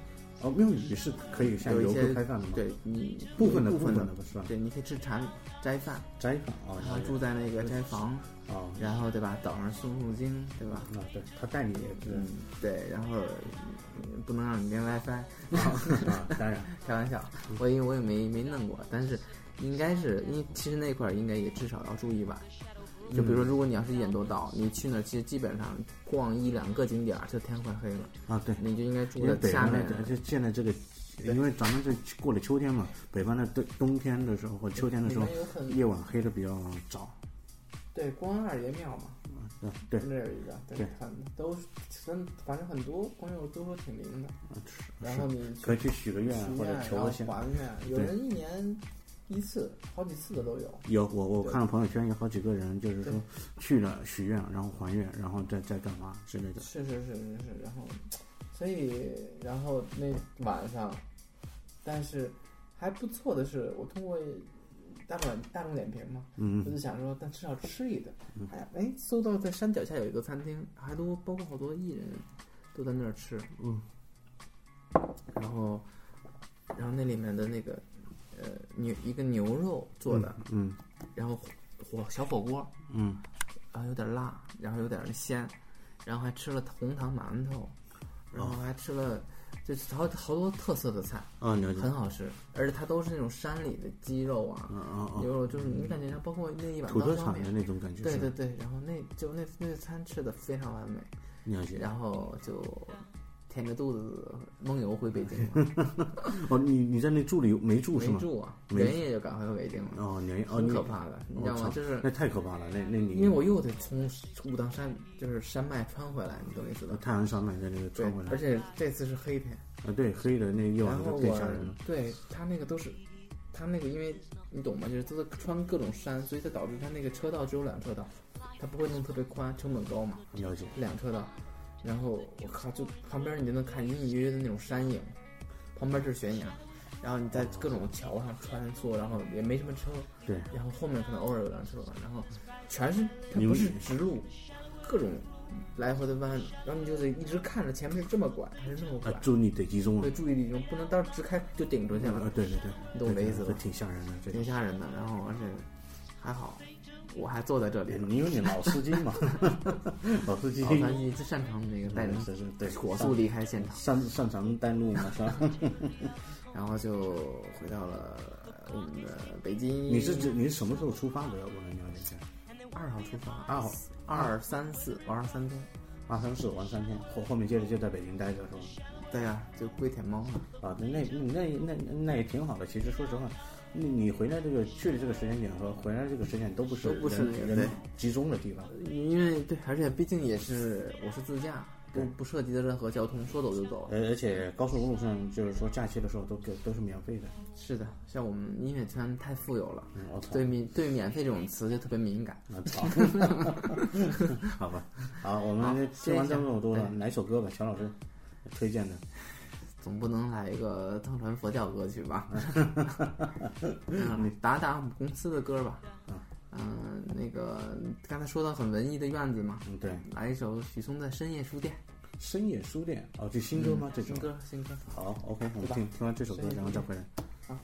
哦，庙宇是可以向游有一些客开放的吗？ 对你部分的部分部分的是吧？ 对，你可以吃禅斋饭， 斋饭哦， 然后住在那个斋房， 哦， 然后对吧？早上诵诵经，对吧？ 啊，对，他带你也是嗯，对，然后嗯不能让你连 WiFi， 啊，当然， 开玩笑，我因为我也没没弄过，但是应该是因为其实那块儿应该也至少要住一晚。就比如说，如果你要是一点多到，你去那儿其实基本上逛一两个景点儿，就天快黑了啊。对， 你就应该住在因为北方下面。 就现在这个，因为咱们这过了秋天嘛，北方的冬冬天的时候或者秋天的时候，夜晚黑的比较早。 对，关二爷庙嘛， 对对， 那有一个，对，很都真反正很多朋友都说挺灵的。然后你可以去许个愿或者求个仙， 还愿，有人一年一次、好几次的都有。 有我我看了朋友圈有好几个人，就是说去了许愿，然后还愿，然后再再干嘛之类的。 是是是是是，然后，所以然后那晚上，但是还不错的是，我通过大众大众点评嘛， 嗯， 我就想说，但至少吃一顿。哎哎，搜到在山脚下有一个餐厅，还都包括好多艺人都在那儿吃。 嗯， 然后，然后那里面的那个。呃，牛一个牛肉做的， 嗯， 嗯然后火小火锅， 嗯， 然后有点辣，然后有点鲜，然后还吃了红糖馒头，然后还吃了，就是好好多特色的菜， 啊，了解， 很好吃，而且它都是那种山里的鸡肉啊， 嗯嗯嗯， 牛肉就是你感觉像包括那一碗土特产的那种感觉， 对对对，然后那就那那餐吃的非常完美， 了解， 然后就。填着肚子梦游回北京了。哦，你你在那住里没住是吗？ 没住啊，连夜就赶回北京了。 哦，连夜， 很可怕的，你知道吗？就是那太可怕了，那那你因为我又得从武当山就是山脉穿回来，你懂意思吧？ 太阳山脉在那个穿回来， 而且这次是黑天啊，对，黑的那夜晚就更吓人了。 对他那个都是，他那个因为你懂吗？就是都是穿各种山，所以它导致他那个车道只有两车道，他不会弄特别宽，成本高嘛。 了解， 两车道。然后我靠，就旁边你就能看隐隐约约的那种山影，旁边就是悬崖，然后你在各种桥上穿梭，然后也没什么车， 对， 然后后面可能偶尔有辆车，然后全是它不是直路，各种来回的弯，然后你就得一直看着前面是这么拐还是那么拐， 啊、注意力得集中啊， 对，注意力集中，不能到时候直开就顶出去了， 啊，对对对， 你懂我的意思吧？ 挺吓人的，这挺吓人的，然后而且还好。我还坐在这里， 你有你老司机嘛，老司机， 老司机最擅长那个带人， 是是，对， 火速离开现场， 擅擅长带路嘛，是吧？ 然后就回到了我们的北京。 你是指你是什么时候出发的？我能了解一下。 二号出发， 二号， 二三四玩三天， 二三四玩三天，后后面接着就在北京待着是吧？ 对呀、啊，就龟舔猫了。 啊，那那那那那也挺好的。其实说实话。你你回来这个去的这个时间点和回来这个时间点都不是都不是人集中的地方， 因为对，而且毕竟也是我是自驾，不不涉及的任何交通，说走就走。 而而且高速公路上就是说假期的时候都给都是免费的。 是的，像我们音乐圈太富有了， 嗯、我操， 对免对免费这种词就特别敏感。 我操，好吧，好，我们听完这么多了，来首歌吧，乔老师推荐的。 总不能来一个藏传佛教歌曲吧？嗯，打打我们公司的歌吧。嗯，那个刚才说到很文艺的院子嘛。 嗯，对。 来一首许嵩的《深夜书店》。 深夜书店哦，这新歌吗？这新歌，新歌。 好 ，OK， 我们听听完这首歌，然后再回来。 好。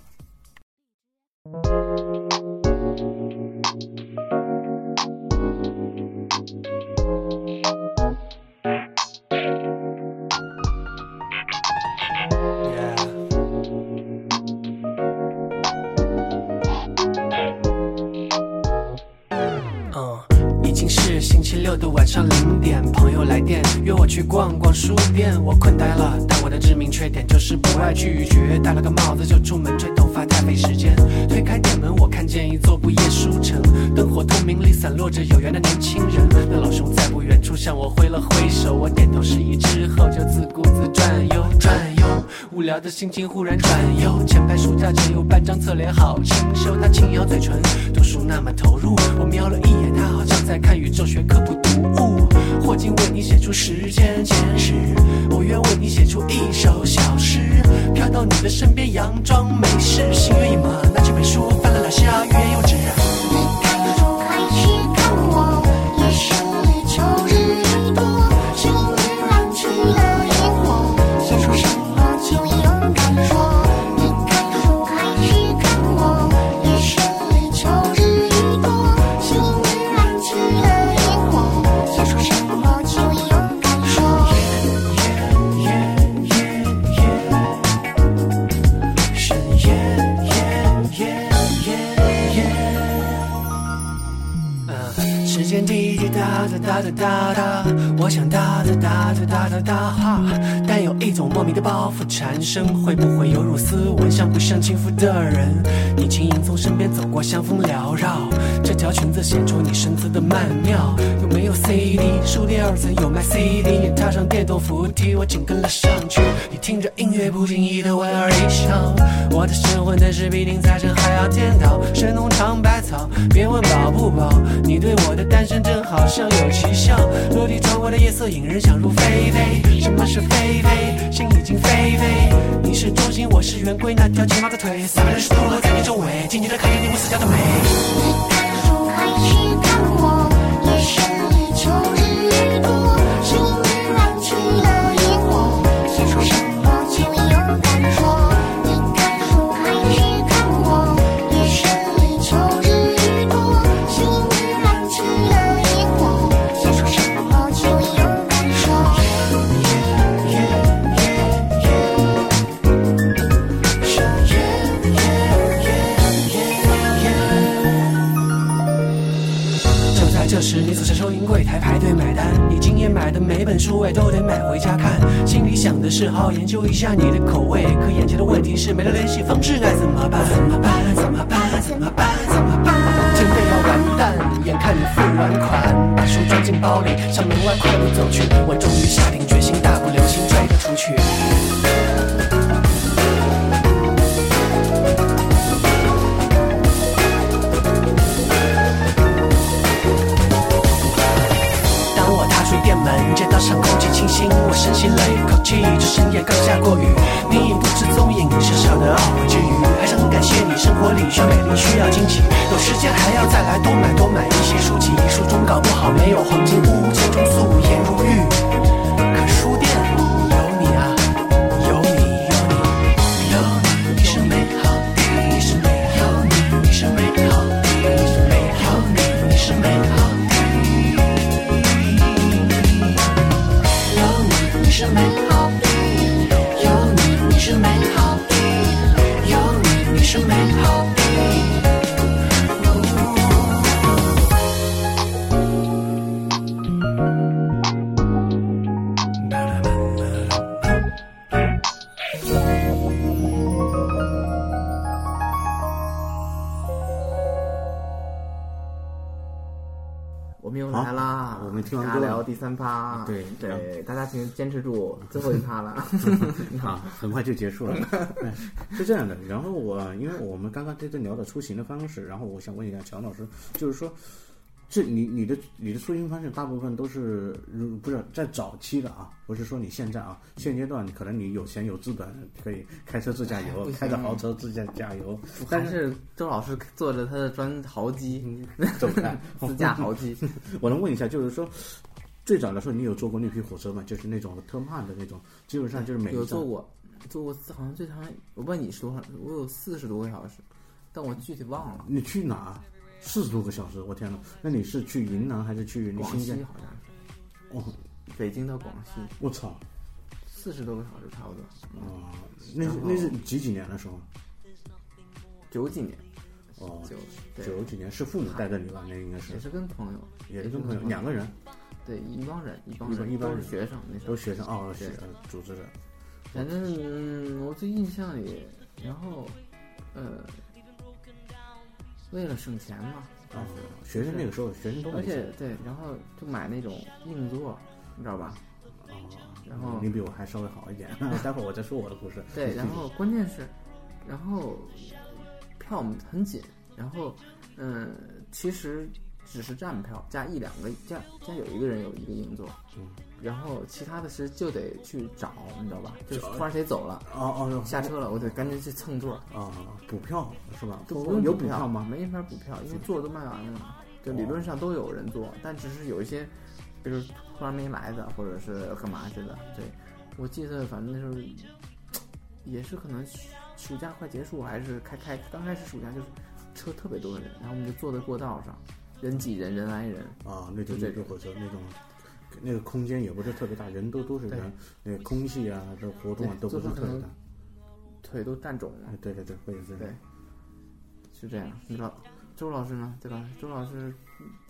星期六的晚上零点，朋友来电约我去逛逛书店，我困呆了，但我的致命缺点就是不爱拒绝，戴了个帽子就出门，吹头发太费时间。推开店门，我看见一座不夜书城，灯火通明里散落着有缘的年轻人。那老兄在不远处向我挥了挥手，我点头示意之后就自顾自转悠转悠，无聊的心情忽然转悠。前排书架前有半张侧脸好清秀，他轻咬嘴唇，读书那么投入。我瞄了一眼，他好像在看宇宙学科普读物。霍金为你写出时间简史，我愿为你写出一首小诗，飘到你的身边，佯装没事。心猿意马，拿起本书翻了两下，欲言又止。 你抬头开始看我，夜深里秋日一朵，心里燃起了萤火，写出什么就哒哒哒哒哒哒，我想哒哒哒哒哒哒哒哈，但有一种莫名的包袱缠身，会不会有如斯文，像不像轻浮的人？你轻盈从身边走过，香风缭绕，这条裙子显出你身姿的曼妙。有没有 C D？ 书店二层有卖 C D， 踏上电动扶梯，我紧跟了上去。你听着音乐，不经意的莞尔一笑。我的神魂，但是比定财神还要颠倒。神农尝百草，别问饱不饱。你对我的单身真好像有奇效。落地窗外的夜色引人想入非非。什么是非非？心已经飞飞。你是中心，我是圆规，那条金毛的腿。三百六十度落在你周围，静静的看着你无死角的美。 你看树还是看我，夜深里秋日雨多，是因为燃起了野火，写出什么就勇敢说。你看树还是看我，夜深里秋日雨多，是因为燃起了野火，写出什么就勇敢说。 就在这时，你走向收银柜台排队买单。你今夜买的每本书，哎，都得买回家看。心里想的是好好研究一下你的口味，可眼前的问题是没了联系方式，该怎么办？怎么办？怎么办？怎么办？怎么办？真的要完蛋！眼看你付完款，把书装进包里，向门外快步走去。我终于下定决心，大步流星追了出去。店门街道上空气清新，我深吸了一口气。这深夜刚下过雨，你已不知踪影，小小的懊悔之余，还是很感谢你。生活里需要美丽，需要惊奇，有时间还要再来多买多买一些书籍。书中搞不好没有黄金屋，钱钟素颜如玉，可书店有你啊，有你有你有你，你是美好的，你是美好的，你是美好的，你是美好的，你是美好的。你是美好的，有你，你是美好的，有你，你是美好的。 我们又来啦！ 我们听完歌尬聊第三趴， 对对，大家请坚持住，最后一趴了。 啊，很快就结束了。是这样的，然后我因为我们刚刚在这聊的出行的方式，然后我想问一下乔老师，就是说，这你你的你的出行方式大部分都是不是在早期的啊？不是说你现在啊，现阶段可能你有钱有资本，可以开车自驾游，开着豪车自驾加油。 还是周老师坐着他的专豪机， 走开， 自驾豪机。 我能问一下，就是说。最早的时候，你有坐过绿皮火车吗？就是那种特慢的那种，基本上就是每一有坐过，坐过好像最长，我问你是多少？我有四十多个小时，但我具体忘了。 你去哪？四十多个小时，我天哪！那你是去云南还是去广西？好像是。哦， 北京到广西。 我操， 四十多个小时差不多。 哦，那是那是几几年的时候？ 九几年。 哦，九九几年是父母带着你吧？那应该是。 也是跟朋友， 也是跟朋友，两个人。 对，一帮人，一帮人，一帮都是学生，那时候都学生哦，学组织的。 反正嗯，我最印象里，然后呃，为了省钱嘛， 啊，学生那个时候学生都而且对，然后就买那种硬座，你知道吧？ 哦， 然后你比我还稍微好一点，待会儿我再说我的故事。 对，然后关键是，然后票很紧，然后嗯，其实。只是站票加一两个加加有一个人有一个硬座， 嗯， 然后其他的是就得去找，你知道吧？就突然谁走了， 哦哦， 下车了，我得赶紧去蹭座啊，补票是吧？ 都不用有补票吗？ 没法补票，因为座都卖完了，就理论上都有人坐，但只是有一些，比如突然没来的，或者是干嘛去的。对，我记得反正那时候也是可能暑假快结束，还是开开刚开始暑假就是车特别多的人，然后我们就坐在过道上。人挤人，人挨人啊！那就这个火车那种，那个空间也不是特别大，人都都是人，那个空气啊，这活动啊都不是特别大， 腿都站肿了。 对对对，会有这样。 对，是这样。你知道周老师呢？对吧？周老师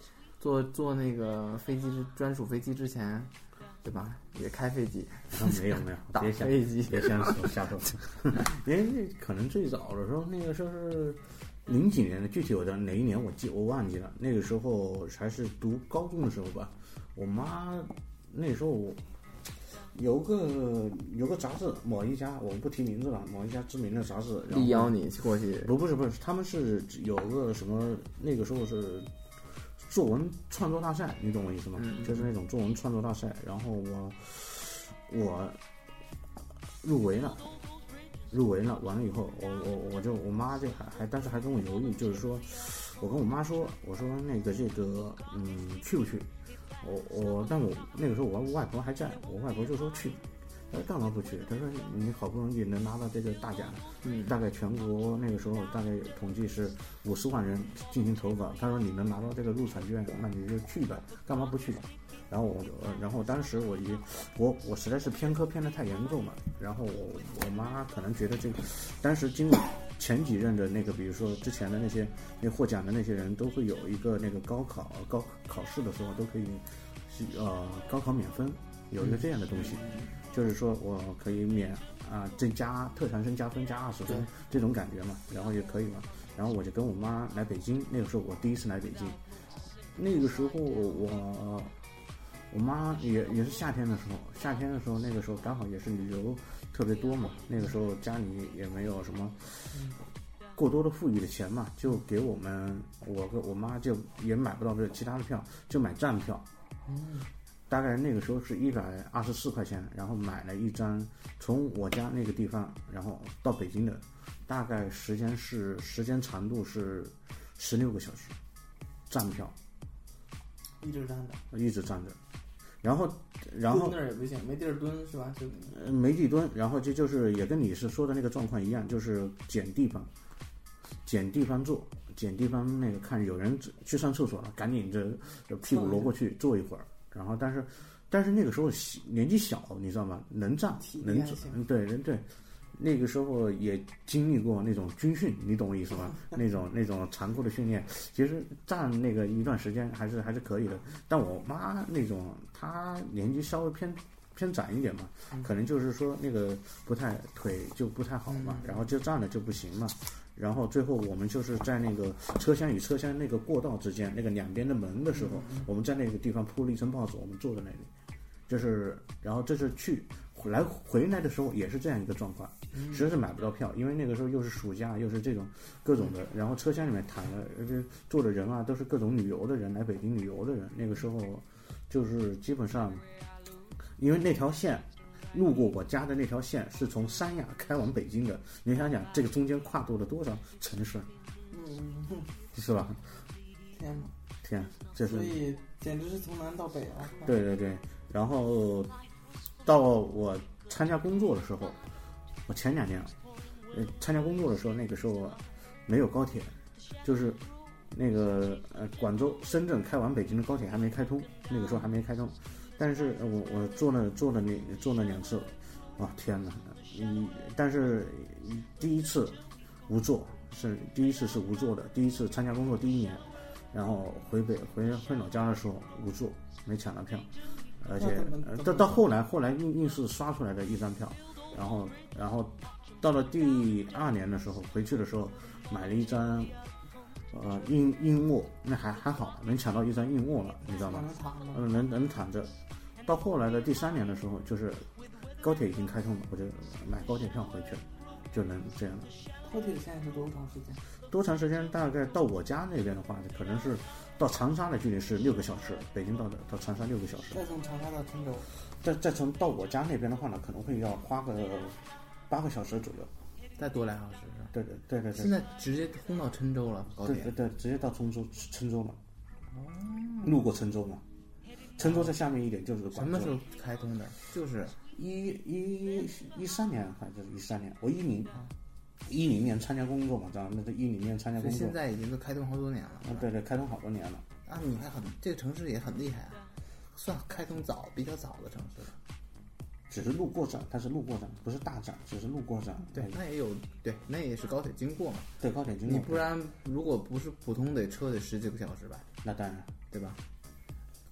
坐坐那个飞机之专属飞机之前，对吧？也开飞机。 啊、没有没有， 打别想飞机， 别想说瞎说。因为可能最早的时候，那个时候是零几年的，具体我的哪一年我记我忘记了。那个时候还是读高中的时候吧。我妈那时候有个有个杂志，某一家我不提名字了，某一家知名的杂志， 力邀你过去。 不不是不是，他们是有个什么，那个时候是作文创作大赛，你懂我意思吗？ 嗯、 就是那种作文创作大赛，然后我我入围了。入围了，完了以后，我我我就我妈就还还，但是还跟我犹豫，就是说，我跟我妈说，我说那个这个，嗯，去不去？我我，但我那个时候我外婆还在，我外婆就说去，她说干嘛不去？她说你好不容易能拿到这个大奖， 嗯， 大概全国那个时候大概统计是五十万人进行投稿，她说你能拿到这个入场券，那你就去吧，干嘛不去？然后我，然后当时我一我我实在是偏科偏得太严重了，然后我我妈可能觉得这个，当时经过前几任的那个，比如说之前的那些那获奖的那些人都会有一个那个高考高考试的时候都可以，呃高考免分，有一个这样的东西，就是说我可以免啊增加特长生加分加二十分这种感觉嘛，然后也可以嘛，然后我就跟我妈来北京，那个时候我第一次来北京，那个时候我。我妈也也是夏天的时候，夏天的时候那个时候刚好也是旅游特别多嘛，那个时候家里也没有什么过多的富裕的钱嘛，就给我们我跟我妈就也买不到这其他的票，就买站票，大概那个时候是一百二十四块钱，然后买了一张从我家那个地方然后到北京的，大概时间是时间长度是十六个小时，站票， 一直站着， 一直站着。然后，然后蹲那儿也不行，没地儿蹲是吧？就呃没地蹲，然后这就是也跟你是说的那个状况一样，就是捡地方，捡地方坐，捡地方那个看有人去上厕所了，赶紧这屁股挪过去坐一会儿。然后但是但是那个时候年纪小，你知道吗？能站能坐，对对对。那个时候也经历过那种军训，你懂我意思吗？那种那种残酷的训练，其实站那个一段时间还是还是可以的。但我妈那种，她年纪稍微偏偏长一点嘛，可能就是说那个不太腿就不太好嘛，然后就站了就不行嘛。然后最后我们就是在那个车厢与车厢那个过道之间，那个两边的门的时候，我们在那个地方铺了一层报纸，我们坐在那里，就是然后这是去。来回来的时候也是这样一个状况，实在是买不到票，因为那个时候又是暑假，又是这种各种的，然后车厢里面躺的坐的人啊，都是各种旅游的人，来北京旅游的人。那个时候就是基本上，因为那条线路过我家的那条线是从三亚开往北京的，你想想这个中间跨度了多少城市， 嗯， 是吧？ 天哪， 天，这是所以简直是从南到北了。 对对对，然后。到我参加工作的时候，我前两年，呃，参加工作的时候，那个时候没有高铁，就是那个呃广州、深圳开往北京的高铁还没开通，那个时候还没开通。但是我我坐了坐了那坐了两次，哇天哪！嗯，但是第一次无座是第一次是无座的，第一次参加工作第一年，然后回北回回老家的时候无座，没抢到票。而且到到后来，后来硬硬是刷出来的一张票，然后然后到了第二年的时候，回去的时候买了一张呃硬硬卧，那还还好，能抢到一张硬卧了，你知道吗？嗯，能能躺着。到后来的第三年的时候，就是高铁已经开通了，我就买高铁票回去了，就能这样了。 高铁现在是多长时间？ 多长时间？大概到我家那边的话，可能是。到长沙的距离是六个小时，北京到的到长沙六个小时。 再从长沙到郴州， 再再从到我家那边的话呢，可能会要花个八个小时左右， 再多俩小时。 对对对对对。 现在直接通到郴州了，高铁。 对对对，直接到郴州郴州了。哦。路过郴州嘛，郴州在下面一点就是广州。 什么时候开通的？就是一一一三年还是一三年？我一零。一零年参加工作嘛，知道那是一零年参加工作。 现在已经都开通好多年了。 啊，对对，开通好多年了。 啊，你还很这个城市也很厉害啊，算开通早比较早的城市了。 只是路过站，它是路过站，不是大站，只是路过站。 对，那也有，对，那也是高铁经过嘛。 对，高铁经过。 你不然如果不是普通的车得十几个小时吧？ 那当然， 对吧？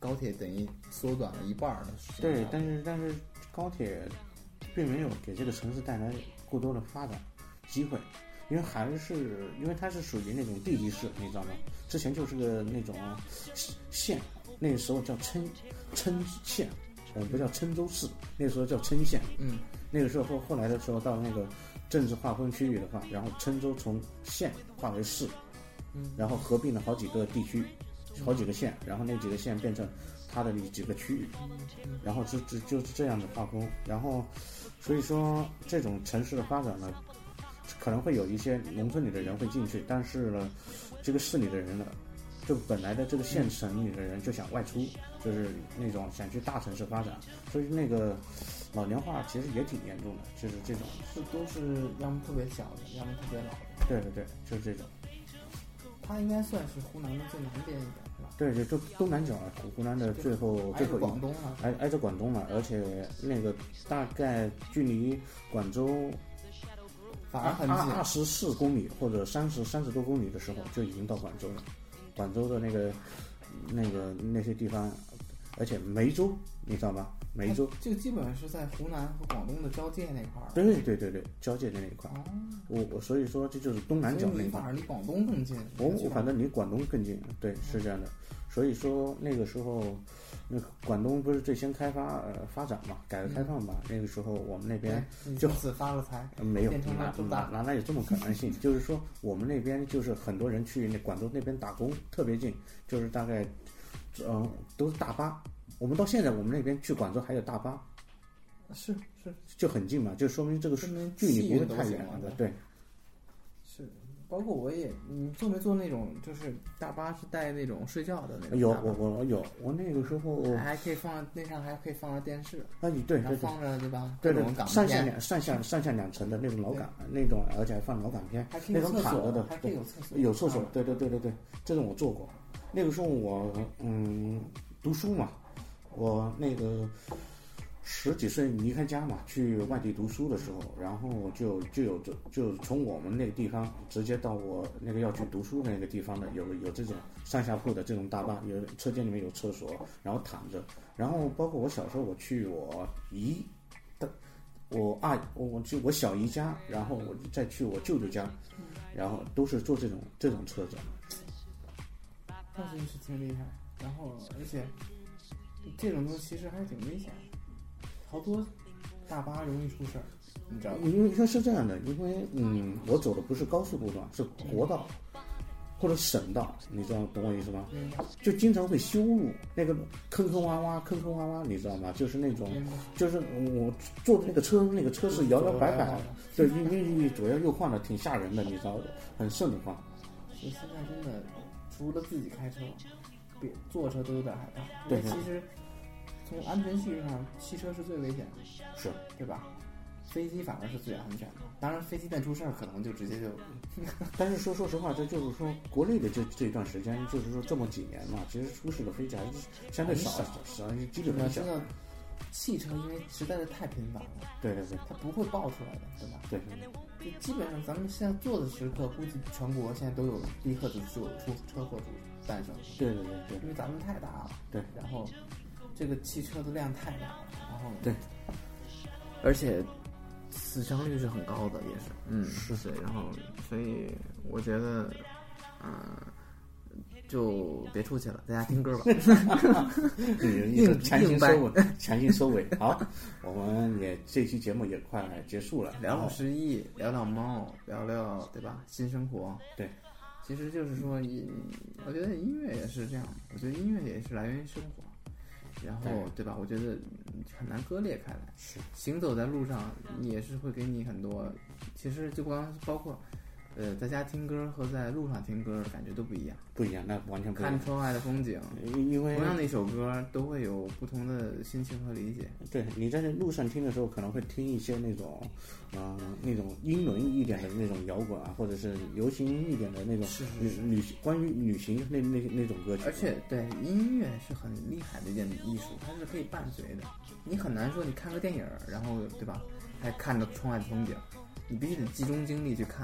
高铁等于缩短了一半的时间。 对，但是但是高铁并没有给这个城市带来过多的发展机会，因为还是因为它是属于那种地级市，你知道吗？之前就是个那种县，那个时候叫郴郴县，呃，不叫郴州市，那个时候叫郴县。 嗯， 那个时候后后来的时候到那个政治划分区域的话，然后郴州从县划为市， 嗯， 然后合并了好几个地区，好几个县，然后那几个县变成它的几个区域，然后就就就是这样的划分，然后所以说这种城市的发展呢，可能会有一些农村里的人会进去，但是呢，这个市里的人呢，就本来的这个县城里的人就想外出，就是那种想去大城市发展，所以那个老龄化其实也挺严重的，就是这种， 这都是要么特别小的，要么特别老的。 对对对，就是这种。 它应该算是湖南的最南边一点，是吧？ 对对，就东南角啊，湖湖南的最后最后挨着广东了， 挨挨着广东了，而且那个大概距离广州反而很近， 二二十四公里或者三十三十多公里的时候就已经到广州了。广州的那个那个那些地方，而且梅州你知道吗？梅州这个基本上是在湖南和广东的交界那块儿。 对对对对，交界的那一块。 哦， 我我所以说这就是东南角那一块。 反而离广东更近。 我我反正离广东更近，对，是这样的。所以说那个时候，那广东不是最先开发呃发展嘛，改革开放嘛，那个时候我们那边就此发了财， 没有变成了哪哪哪有这么可能性？就是说我们那边就是很多人去那广州那边打工，特别近，就是大概嗯、呃、都是大巴。我们到现在我们那边去广州还有大巴， 是是， 就很近嘛，就说明这个距离不会太远了，对。 是，包括我也，你坐没坐那种就是大巴是带那种睡觉的那种？ 有，我我有，我那个时候还可以放那上还可以放着电视。 啊，你对对对， 放着对吧？ 对对，上下两上下上下两层的那种老港那种，而且还放老港片，那种躺着的， 还可以有厕所， 有厕所，对对对对对，这种我做过。那个时候我嗯读书嘛。我那个十几岁离开家嘛，去外地读书的时候，然后就就有就就从我们那个地方直接到我那个要去读书那个地方的，有有这种上下铺的这种大巴，有车间里面有厕所，然后躺着，然后包括我小时候我去我姨的，我二我我去我小姨家，然后我再去我舅舅家，然后都是坐这种这种车子。 那真是挺厉害，然后而且。这种东西其实还是挺危险的，好多大巴容易出事儿，你知道吗？ 因为因为是这样的，因为嗯，我走的不是高速路段，是国道或者省道，你知道懂我意思吗？ 嗯、 就经常会修路，那个坑坑洼洼，坑坑洼洼，你知道吗？就是那种， 嗯、 就是我坐的那个车，那个车是摇摇摆摆，对，因为左右右晃的，挺吓人的，你知道，很瘆得慌。 所以现在真的，除了自己开车。坐车都有点害怕， 对， 其实从安全系数上，汽车是最危险的， 是对吧？飞机反而是最安全的，当然飞机但出事儿可能就直接就。 但是说说实话，这就是说国内的这这段时间，就是说这么几年嘛，其实出事的飞机还是相对少少，基本上小。 汽车因为实在是太频繁了， 对对对， 它不会爆出来的，对吧？ 对对，就基本上咱们现在做的时刻，估计全国现在都有立刻就就有出车祸出诞生。 对对对对， 因为咱们太大了， 对， 然后这个汽车的量太大了，然后对， 而且死伤率是很高的，也是，嗯， 是是，然后所以我觉得，嗯、呃。就别出去了，在家听歌吧。 硬强行收尾，强行收尾。好，我们也这期节目也快结束了， 聊聊失忆，聊聊猫，聊聊对吧？新生活。 对， 其实就是说，我觉得音乐也是这样，我觉得音乐也是来源于生活。然后 对, 对吧？我觉得很难割裂开来。 是， 行走在路上也是会给你很多，其实就光包括。呃，在家听歌和在路上听歌的感觉都不一样， 不一样，那完全不一样。 看窗外的风景， 因为同样的一首歌都会有不同的心情和理解。 对，你在路上听的时候，可能会听一些那种，嗯、呃，那种英伦一点的那种摇滚啊，或者是流行一点的那种旅旅关于旅行那那那种歌曲。 而且，对音乐是很厉害的一件艺术，它是可以伴随的。你很难说你看个电影，然后对吧，还看着窗外的风景，你必须得集中精力去看。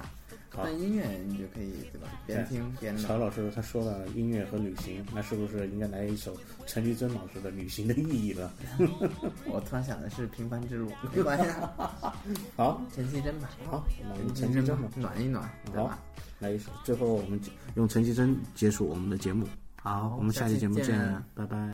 好那音乐你就可以对吧？边听边曹老师他说了音乐和旅行，那是不是应该来一首陈绮贞老师的《旅行的意义》了？ 我突然想的是《平凡之路》，没关系。 好， 陈绮贞吧。 好，那我们陈绮贞吧陈绮贞吧， 暖一暖，对吧？ 来一首，最后我们用陈绮贞结束我们的节目。 好， 我们下期节目下期见见，拜拜。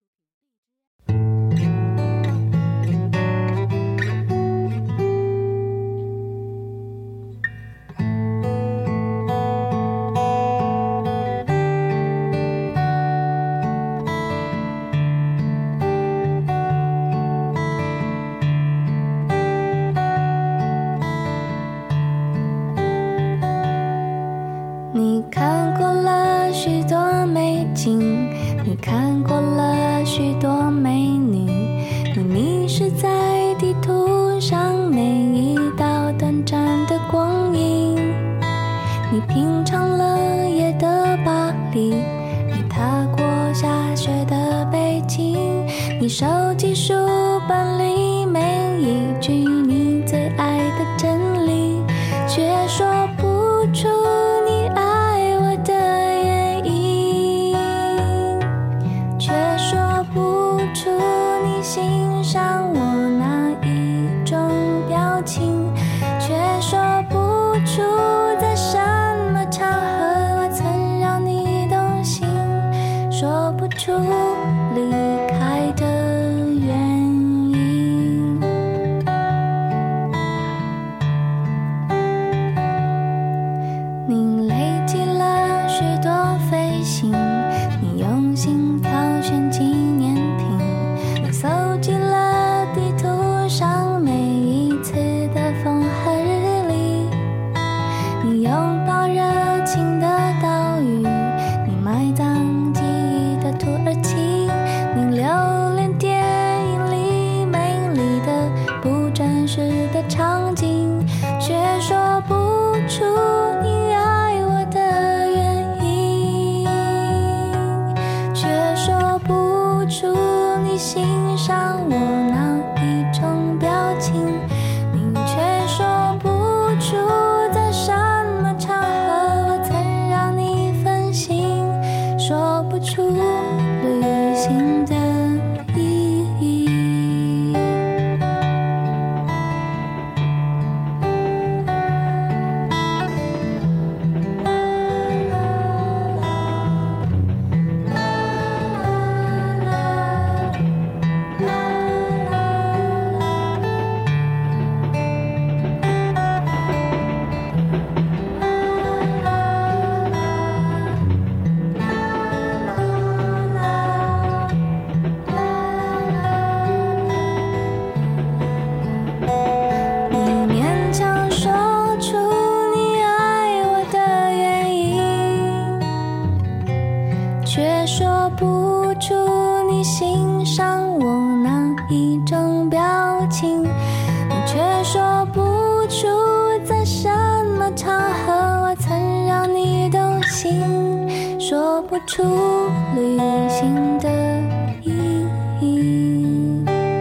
你看过了许多美景，你看过了许多美女，你迷失在地图上每一道短暂的光影。你品尝了夜的巴黎，你踏过下雪的北京，你收集书本里每一句你最爱的真理，却说不出你爱我的原因，却说不出你欣赏我哪一种表情，却说不出在什么场合我曾让你动心，说不出离开的原因。你累积了许多飞行，你用心挑选纪念品，你搜集了地图上每一次的风和日丽，你拥抱热情的岛屿，你埋葬记忆的土耳其，你留恋电影里美丽的不真实的场景，却说不出你爱我的原因，却说不出你欣赏我哪一种表情，你却说不出在什么场合我曾让你分心，说不出旅行的意义。你勉强说出你爱我的原因，却说不出你欣赏我哪一种表情，你却说不出在什么场合我曾让你动心，说不出旅行的意义，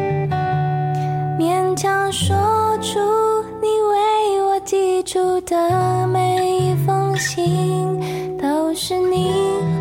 勉强说出你为我寄出的每一封信，都是你